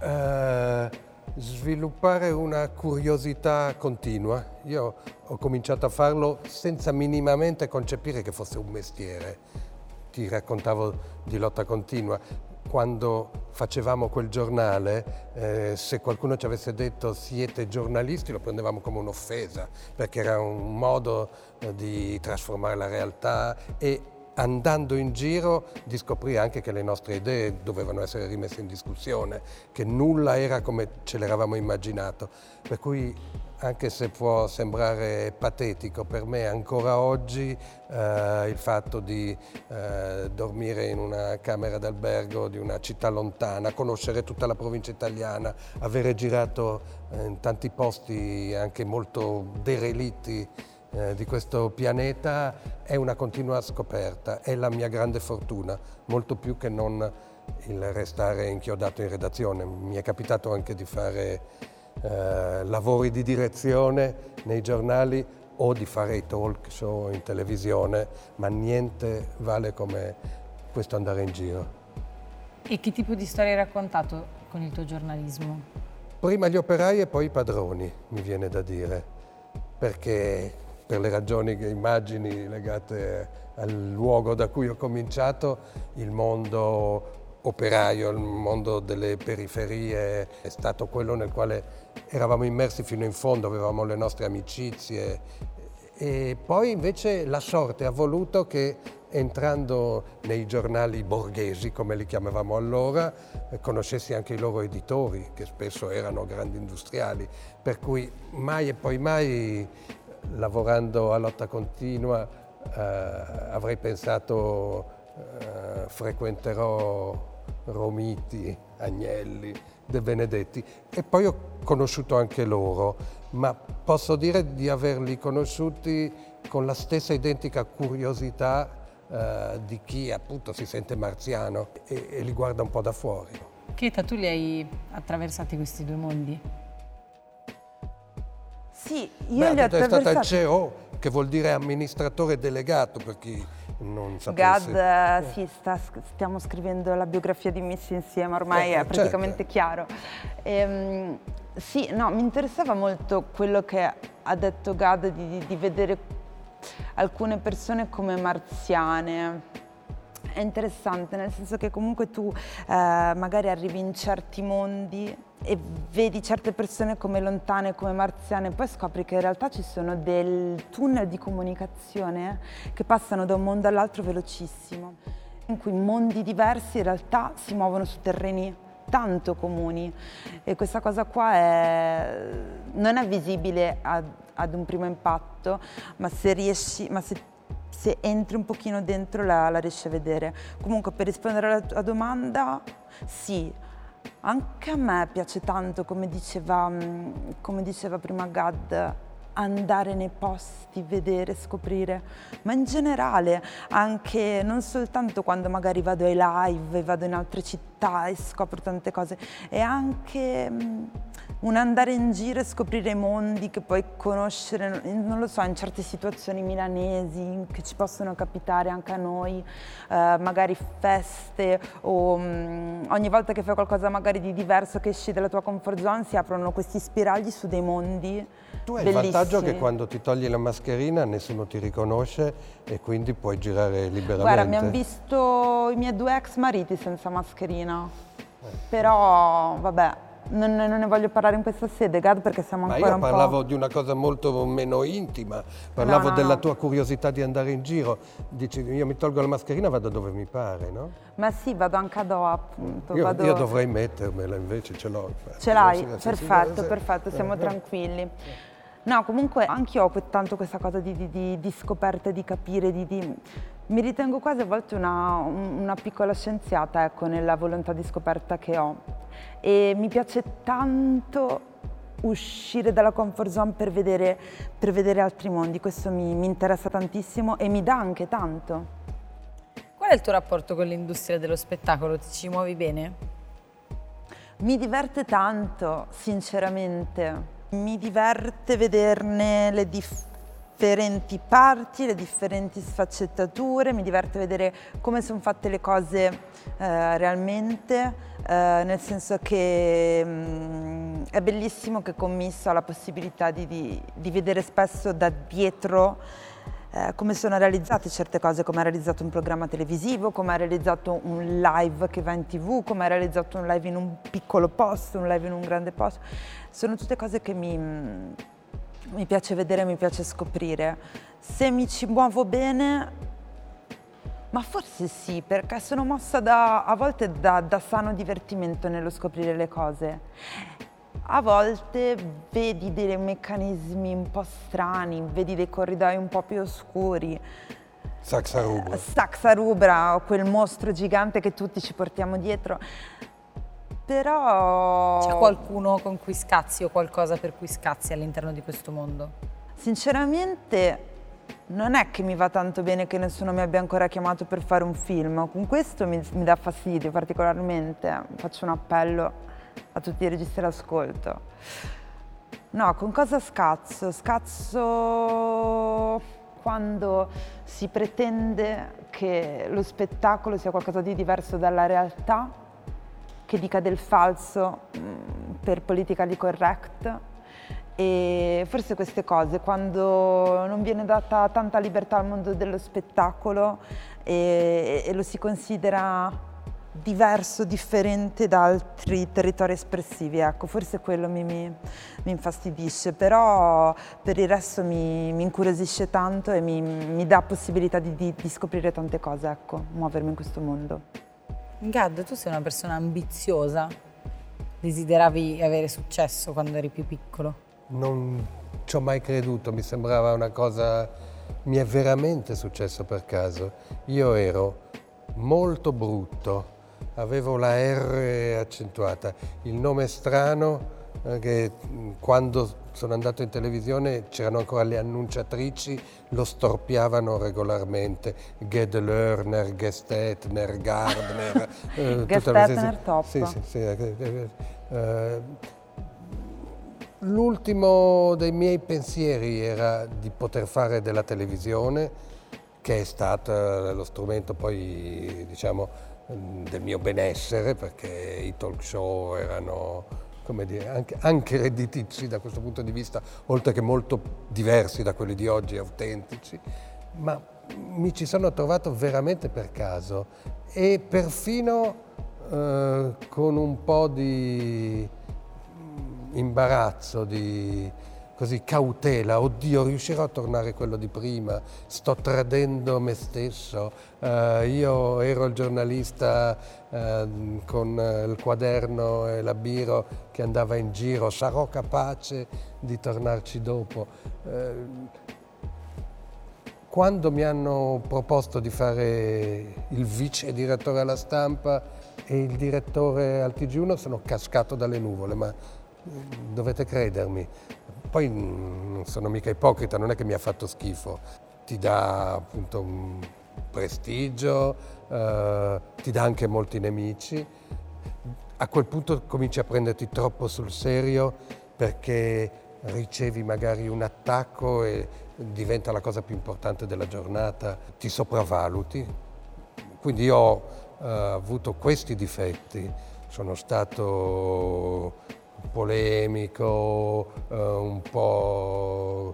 Sviluppare una curiosità continua. Io ho cominciato a farlo senza minimamente concepire che fosse un mestiere. Ti raccontavo di Lotta Continua. Quando facevamo quel giornale, se qualcuno ci avesse detto siete giornalisti, lo prendevamo come un'offesa, perché era un modo di trasformare la realtà e andando in giro di scoprire anche che le nostre idee dovevano essere rimesse in discussione, che nulla era come ce l'eravamo immaginato. Per cui, anche se può sembrare patetico, per me ancora oggi il fatto di dormire in una camera d'albergo di una città lontana, conoscere tutta la provincia italiana, avere girato in tanti posti anche molto derelitti di questo pianeta, è una continua scoperta, è la mia grande fortuna, molto più che non il restare inchiodato in redazione. Mi è capitato anche di fare lavori di direzione nei giornali o di fare i talk show in televisione, ma niente vale come questo andare in giro. E che tipo di storia hai raccontato con il tuo giornalismo? Prima gli operai e poi i padroni, mi viene da dire, perché per le ragioni che immagini legate al luogo da cui ho cominciato, il mondo operaio, il mondo delle periferie è stato quello nel quale eravamo immersi fino in fondo, avevamo le nostre amicizie e poi invece la sorte ha voluto che entrando nei giornali borghesi, come li chiamavamo allora, conoscessi anche i loro editori, che spesso erano grandi industriali, per cui mai e poi mai, lavorando a Lotta Continua, avrei pensato frequenterò Romiti, Agnelli, De Benedetti, e poi ho conosciuto anche loro, ma posso dire di averli conosciuti con la stessa identica curiosità di chi appunto si sente marziano e li guarda un po' da fuori. Cheta, tu li hai attraversati questi due mondi? Sì, io li ho È stata il attraversati. CEO, che vuol dire amministratore delegato, per chi non sapesse. Gad, sì, stiamo scrivendo la biografia di Messi insieme, ormai è praticamente chiaro. Sì, no, mi interessava molto quello che ha detto Gad di vedere alcune persone come marziane. È interessante, nel senso che comunque tu magari arrivi in certi mondi e vedi certe persone come lontane, come marziane, poi scopri che in realtà ci sono dei tunnel di comunicazione che passano da un mondo all'altro velocissimo, in cui mondi diversi in realtà si muovono su terreni tanto comuni, e questa cosa qua non è visibile ad un primo impatto, ma se entri un pochino dentro la riesci a vedere. Comunque, per rispondere alla tua domanda, sì, anche a me piace tanto, come diceva prima Gad, andare nei posti, vedere, scoprire, ma in generale, anche non soltanto quando magari vado ai live, vado in altre città, città e scopro tante cose. E anche un andare in giro e scoprire mondi che puoi conoscere, non lo so, in certe situazioni milanesi che ci possono capitare anche a noi, magari feste o ogni volta che fai qualcosa magari di diverso, che esci dalla tua comfort zone, si aprono questi spiragli su dei mondi. Tu hai bellissimi. il vantaggio che quando ti togli la mascherina nessuno ti riconosce e quindi puoi girare liberamente. Guarda, mi hanno visto i miei 2 ex mariti senza mascherina, però vabbè, non ne voglio parlare in questa sede, Gad, perché siamo ancora un po'... Ma io parlavo di una cosa molto meno intima, parlavo della no. tua curiosità di andare in giro. Dici, io mi tolgo la mascherina e vado dove mi pare, no? Ma sì, vado anche a Doha, appunto. Io dovrei mettermela, invece ce l'ho. Ce l'hai? Sì, Perfetto, siamo tranquilli. No, comunque anch'io ho tanto questa cosa di scoperta, di capire, mi ritengo quasi a volte una piccola scienziata, ecco, nella volontà di scoperta che ho. E mi piace tanto uscire dalla comfort zone per vedere altri mondi, questo mi interessa tantissimo e mi dà anche tanto. Qual è il tuo rapporto con l'industria dello spettacolo? Ti ci muovi bene? Mi diverte tanto, sinceramente. Mi diverte vederne le differenti parti, le differenti sfaccettature, mi diverte vedere come sono fatte le cose realmente, nel senso che è bellissimo che Commisso ha la possibilità di vedere spesso da dietro come sono realizzate certe cose, come è realizzato un programma televisivo, come è realizzato un live che va in TV, come è realizzato un live in un piccolo posto, un live in un grande posto. Sono tutte cose che mi piace vedere, mi piace scoprire. Se mi ci muovo bene, ma forse sì, perché sono mossa a volte da sano divertimento nello scoprire le cose. A volte vedi dei meccanismi un po' strani, vedi dei corridoi un po' più oscuri. Saxa-Rubra, quel mostro gigante che tutti ci portiamo dietro. Però... C'è qualcuno con cui scazzi o qualcosa per cui scazzi all'interno di questo mondo? Sinceramente non è che mi va tanto bene che nessuno mi abbia ancora chiamato per fare un film. Con questo mi dà fastidio particolarmente. Faccio un appello a tutti i registi d'ascolto. No, con cosa scazzo? Scazzo quando si pretende che lo spettacolo sia qualcosa di diverso dalla realtà, che dica del falso per politically correct. E forse queste cose, quando non viene data tanta libertà al mondo dello spettacolo e lo si considera diverso, differente da altri territori espressivi, ecco, forse quello mi infastidisce, però per il resto mi incuriosisce tanto e mi dà possibilità di scoprire tante cose, ecco, muovermi in questo mondo. Gad, tu sei una persona ambiziosa, desideravi avere successo quando eri più piccolo? Non ci ho mai creduto, mi sembrava una cosa, mi è veramente successo per caso. Io ero molto brutto, avevo la R accentuata, il nome strano che quando sono andato in televisione c'erano ancora le annunciatrici, lo storpiavano regolarmente, Gedlerner, Gestetner, Gardner. Gestetner top. Sì. L'ultimo dei miei pensieri era di poter fare della televisione, che è stato lo strumento poi, diciamo, del mio benessere, perché i talk show erano, come dire, anche redditizi da questo punto di vista, oltre che molto diversi da quelli di oggi, autentici, ma mi ci sono trovato veramente per caso e perfino con un po' di imbarazzo, di così cautela, oddio, riuscirò a tornare quello di prima, sto tradendo me stesso, io ero il giornalista con il quaderno e la biro che andava in giro, sarò capace di tornarci dopo. Quando mi hanno proposto di fare il vice direttore alla Stampa e il direttore al TG1 sono cascato dalle nuvole, ma dovete credermi. Poi non sono mica ipocrita, non è che mi ha fatto schifo, ti dà appunto un prestigio, ti dà anche molti nemici, a quel punto cominci a prenderti troppo sul serio perché ricevi magari un attacco e diventa la cosa più importante della giornata, ti sopravvaluti. Quindi io ho avuto questi difetti, sono stato polemico, un po'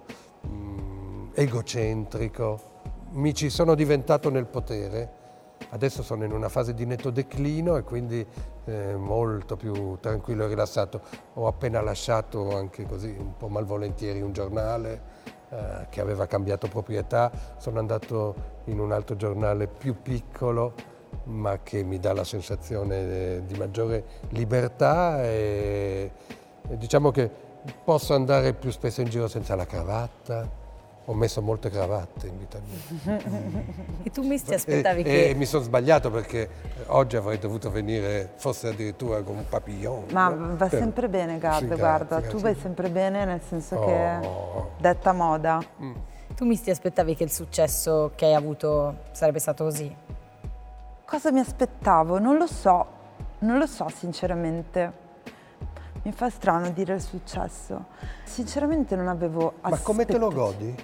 egocentrico, mi ci sono diventato nel potere. Adesso sono in una fase di netto declino e quindi molto più tranquillo e rilassato. Ho appena lasciato anche così un po' malvolentieri un giornale che aveva cambiato proprietà. Sono andato in un altro giornale più piccolo ma che mi dà la sensazione di maggiore libertà e diciamo che posso andare più spesso in giro senza la cravatta. Ho messo molte cravatte in vita mia. E tu mi aspettavi che... E mi sono sbagliato perché oggi avrei dovuto venire, forse addirittura con un papillon. Ma va sempre bene, Gab, Sì, guarda, grazie. tu vai sempre bene nel senso che detta moda. Tu mi aspettavi che il successo che hai avuto sarebbe stato così? Cosa mi aspettavo? Non lo so sinceramente. Mi fa strano dire il successo. Sinceramente non avevo aspettative. Ma come te lo godi?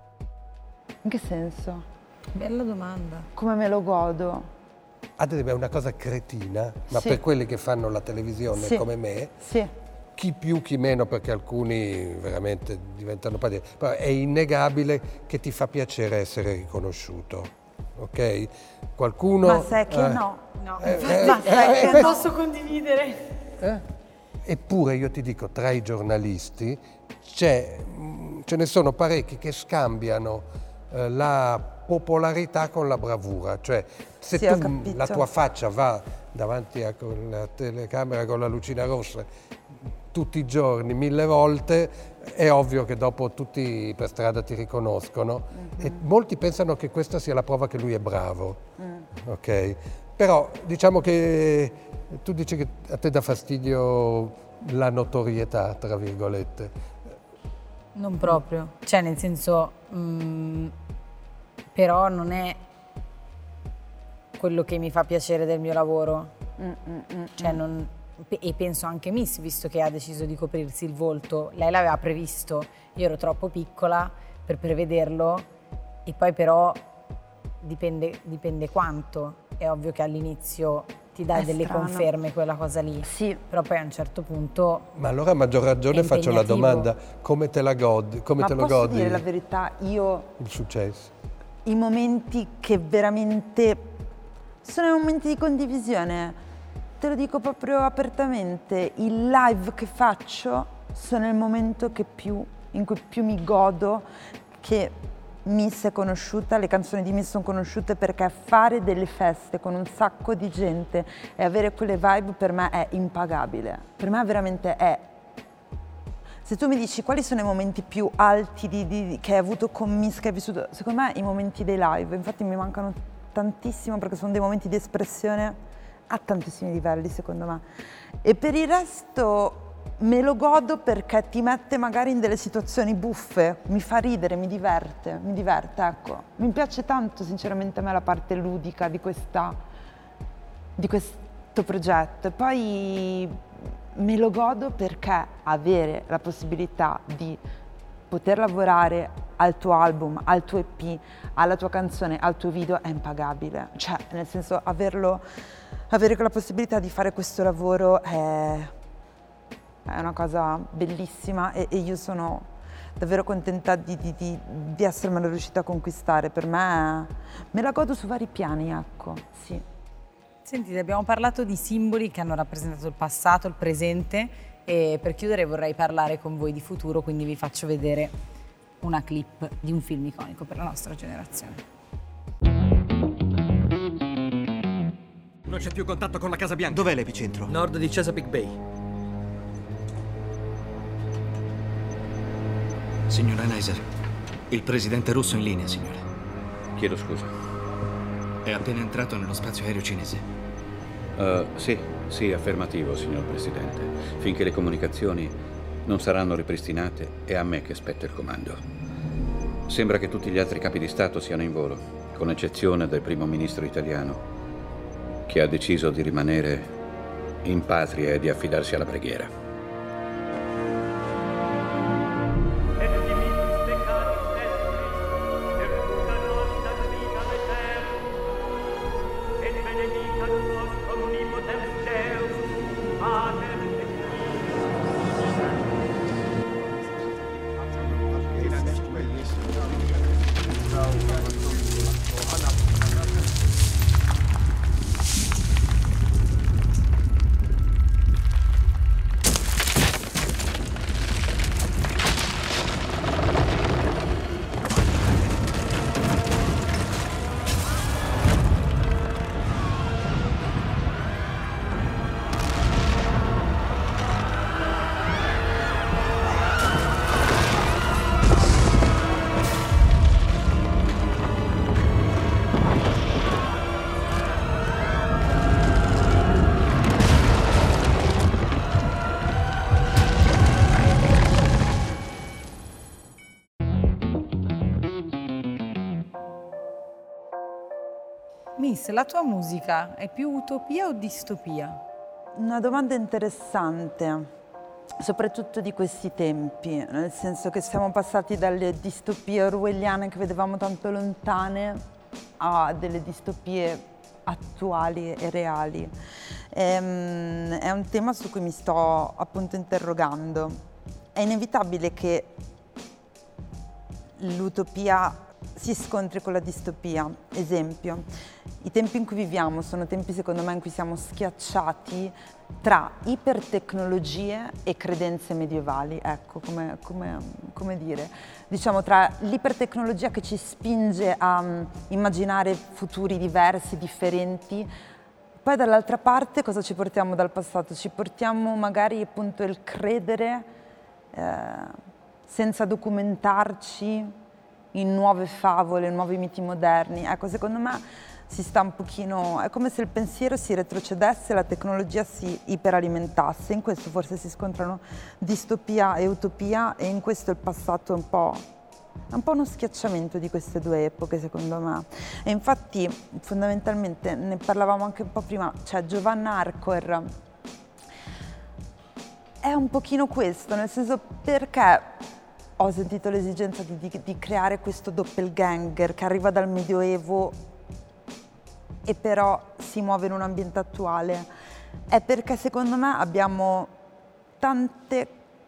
In che senso? Bella domanda. Come me lo godo? Ad esempio è una cosa cretina, ma Sì. per quelli che fanno la televisione Sì. come me, Sì. chi più chi meno, perché alcuni veramente diventano padri, però è innegabile che ti fa piacere essere riconosciuto, ok? Qualcuno... Ma sai che no. No, Ma sai che no. posso condividere. Eppure io ti dico, tra i giornalisti ce ne sono parecchi che scambiano la popolarità con la bravura, cioè se Sì, ho tu capito. la tua faccia va davanti a la telecamera con la lucina rossa tutti i giorni, 1000 volte, è ovvio che dopo tutti per strada ti riconoscono e molti pensano che questa sia la prova che lui è bravo, ok? Però diciamo che tu dici che a te dà fastidio la notorietà, tra virgolette. Non proprio, cioè nel senso, però non è quello che mi fa piacere del mio lavoro. Cioè e penso anche Miss, visto che ha deciso di coprirsi il volto, lei l'aveva previsto, io ero troppo piccola per prevederlo e poi però dipende quanto. È ovvio che all'inizio ti dà È delle strano. conferme quella cosa lì, Sì. però poi a un certo punto... Ma allora a maggior ragione È faccio la impegnativo. domanda, come te la godi? Come Ma te lo posso godi dire la verità, io il successo? i momenti che veramente sono i momenti di condivisione, te lo dico proprio apertamente, il live che faccio sono il momento in cui più mi godo che Miss è conosciuta, le canzoni di Miss sono conosciute, perché fare delle feste con un sacco di gente e avere quelle vibe per me è impagabile, per me veramente è. Se tu mi dici quali sono i momenti più alti che hai avuto con Miss, che hai vissuto, secondo me i momenti dei live, infatti mi mancano tantissimo perché sono dei momenti di espressione a tantissimi livelli secondo me. E per il resto me lo godo perché ti mette magari in delle situazioni buffe, mi fa ridere, mi diverte, ecco. Mi piace tanto sinceramente a me la parte ludica di questo progetto. E poi me lo godo perché avere la possibilità di poter lavorare al tuo album, al tuo EP, alla tua canzone, al tuo video è impagabile. Cioè, nel senso, avere quella possibilità di fare questo lavoro è una cosa bellissima e io sono davvero contenta di essermela riuscita a conquistare. Per me la godo su vari piani, ecco, sì. Sentite, abbiamo parlato di simboli che hanno rappresentato il passato, il presente e per chiudere vorrei parlare con voi di futuro, quindi vi faccio vedere una clip di un film iconico per la nostra generazione. Non c'è più contatto con la Casa Bianca. Dov'è l'epicentro? Nord di Chesapeake Bay. Signora Neiser, il presidente russo in linea, signore. Chiedo scusa. È appena entrato nello spazio aereo cinese. Sì, affermativo, signor Presidente. Finché le comunicazioni non saranno ripristinate, è a me che spetta il comando. Sembra che tutti gli altri capi di Stato siano in volo, con eccezione del primo ministro italiano, che ha deciso di rimanere in patria e di affidarsi alla preghiera. Miss, la tua musica è più utopia o distopia? Una domanda interessante, soprattutto di questi tempi, nel senso che siamo passati dalle distopie orwelliane che vedevamo tanto lontane a delle distopie attuali e reali. È un tema su cui mi sto appunto interrogando. È inevitabile che l'utopia si scontri con la distopia. Esempio, i tempi in cui viviamo sono tempi, secondo me, in cui siamo schiacciati tra ipertecnologie e credenze medievali, ecco, come dire, diciamo tra l'ipertecnologia che ci spinge a immaginare futuri diversi, differenti, poi dall'altra parte cosa ci portiamo dal passato? Ci portiamo magari appunto il credere senza documentarci in nuove favole, nuovi miti moderni. Ecco, secondo me si sta un pochino, è come se il pensiero si retrocedesse e la tecnologia si iperalimentasse. In questo forse si scontrano distopia e utopia, e in questo il passato è un po' uno schiacciamento di queste due epoche, secondo me. E infatti fondamentalmente ne parlavamo anche un po' prima, cioè Giovanna Arquer è un pochino questo, nel senso, perché ho sentito l'esigenza di creare questo doppelganger che arriva dal Medioevo e però si muove in un ambiente attuale. È perché secondo me abbiamo tante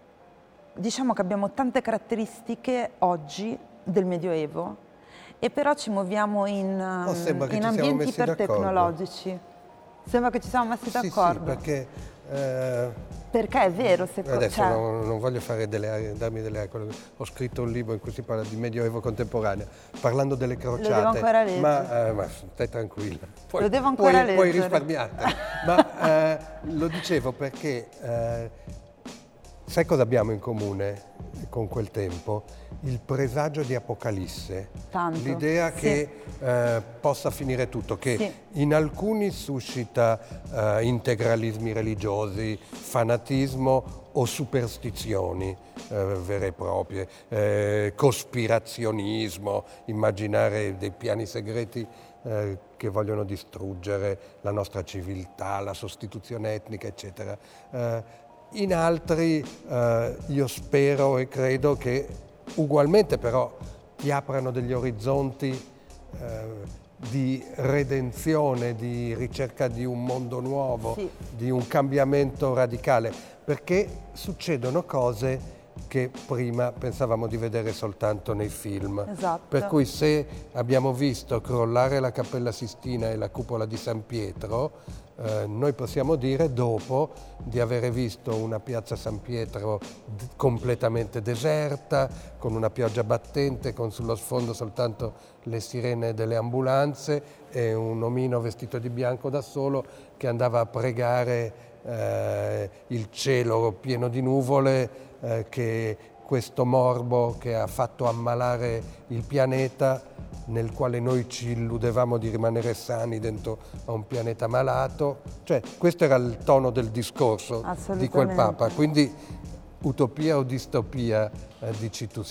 caratteristiche oggi del Medioevo, e però ci muoviamo in ambienti ipertecnologici. Sembra che ci siamo messi d'accordo. Sì, perché è vero, adesso non voglio darmi delle aree. Ho scritto un libro in cui si parla di Medioevo contemporaneo, parlando delle crociate. Lo devo ancora leggere. Ma stai tranquilla. Lo devo ancora leggere. Puoi risparmiarti. Ma lo dicevo perché sai cosa abbiamo in comune con quel tempo? Il presagio di Apocalisse. Tanto. L'idea che possa finire tutto, che in alcuni suscita integralismi religiosi, fanatismo o superstizioni vere e proprie, cospirazionismo, immaginare dei piani segreti che vogliono distruggere la nostra civiltà, la sostituzione etnica, eccetera. In altri io spero e credo che ugualmente però ti aprano degli orizzonti di redenzione, di ricerca di un mondo nuovo, di un cambiamento radicale, perché succedono cose che prima pensavamo di vedere soltanto nei film. Esatto. Per cui se abbiamo visto crollare la Cappella Sistina e la cupola di San Pietro, noi possiamo dire, dopo di avere visto una piazza San Pietro completamente deserta, con una pioggia battente, con sullo sfondo soltanto le sirene delle ambulanze e un omino vestito di bianco da solo che andava a pregare il cielo pieno di nuvole, che questo morbo che ha fatto ammalare il pianeta, nel quale noi ci illudevamo di rimanere sani dentro a un pianeta malato. Cioè, questo era il tono del discorso di quel Papa. Quindi utopia o distopia, dici tu?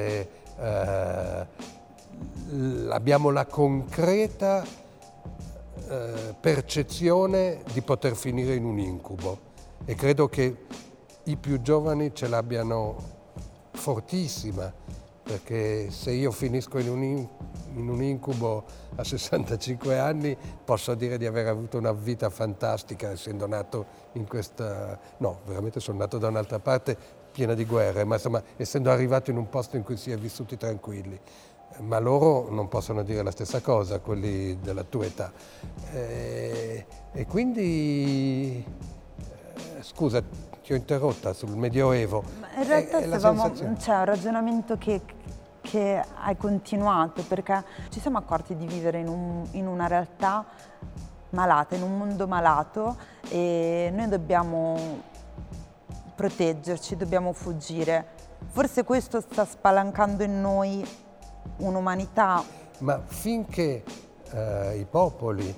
Sicuramente abbiamo la concreta percezione di poter finire in un incubo e credo che i più giovani ce l'abbiano fortissima, perché se io finisco in un incubo a 65 anni posso dire di aver avuto una vita fantastica essendo nato in questa... No, veramente sono nato da un'altra parte piena di guerre, ma insomma essendo arrivato in un posto in cui si è vissuti tranquilli. Ma loro non possono dire la stessa cosa, quelli della tua età. E quindi, scusa, ti ho interrotta sul Medioevo. Ma in realtà c'è un ragionamento che hai continuato, perché ci siamo accorti di vivere in una realtà malata, in un mondo malato, e noi dobbiamo proteggerci, dobbiamo fuggire. Forse questo sta spalancando in noi un'umanità. Ma finché i popoli,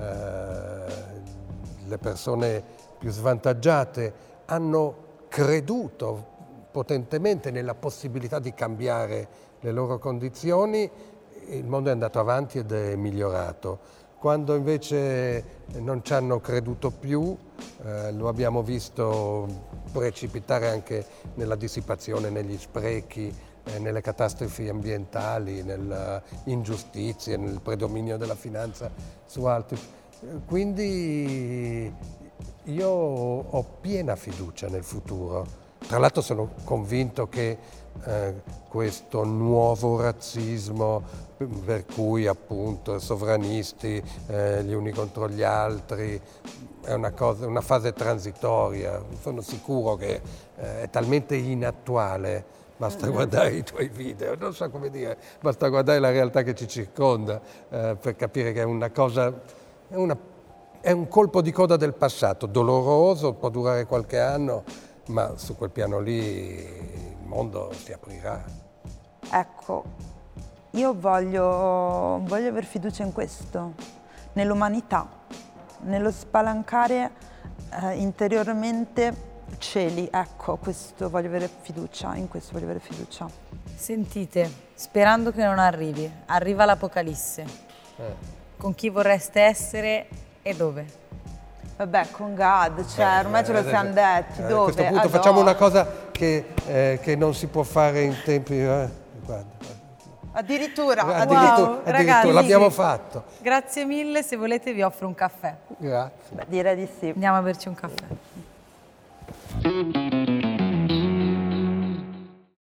le persone più svantaggiate hanno creduto potentemente nella possibilità di cambiare le loro condizioni, il mondo è andato avanti ed è migliorato. Quando invece non ci hanno creduto più, lo abbiamo visto precipitare anche nella dissipazione, negli sprechi, nelle catastrofi ambientali, nelle ingiustizie, nel predominio della finanza su altri. Quindi io ho piena fiducia nel futuro. Tra l'altro sono convinto che questo nuovo razzismo per cui appunto sovranisti gli uni contro gli altri è una fase transitoria. Sono sicuro che è talmente inattuale. Basta guardare i tuoi video, non so come dire, basta guardare la realtà che ci circonda per capire che è una cosa, è un colpo di coda del passato, doloroso, può durare qualche anno, ma su quel piano lì il mondo si aprirà. Ecco, io voglio aver fiducia in questo, nell'umanità, nello spalancare interiormente cieli, ecco, questo voglio avere fiducia, in questo voglio avere fiducia. Sentite, sperando che non arriva l'Apocalisse. Con chi vorreste essere e dove? Vabbè, con Gad, cioè ormai ce lo siamo detti, dove? A questo punto facciamo una cosa che non si può fare in tempi... guarda. Addirittura Ragazzi, l'abbiamo fatto. Grazie mille, se volete vi offro un caffè. Grazie. Beh, direi di sì. Andiamo a berci un caffè.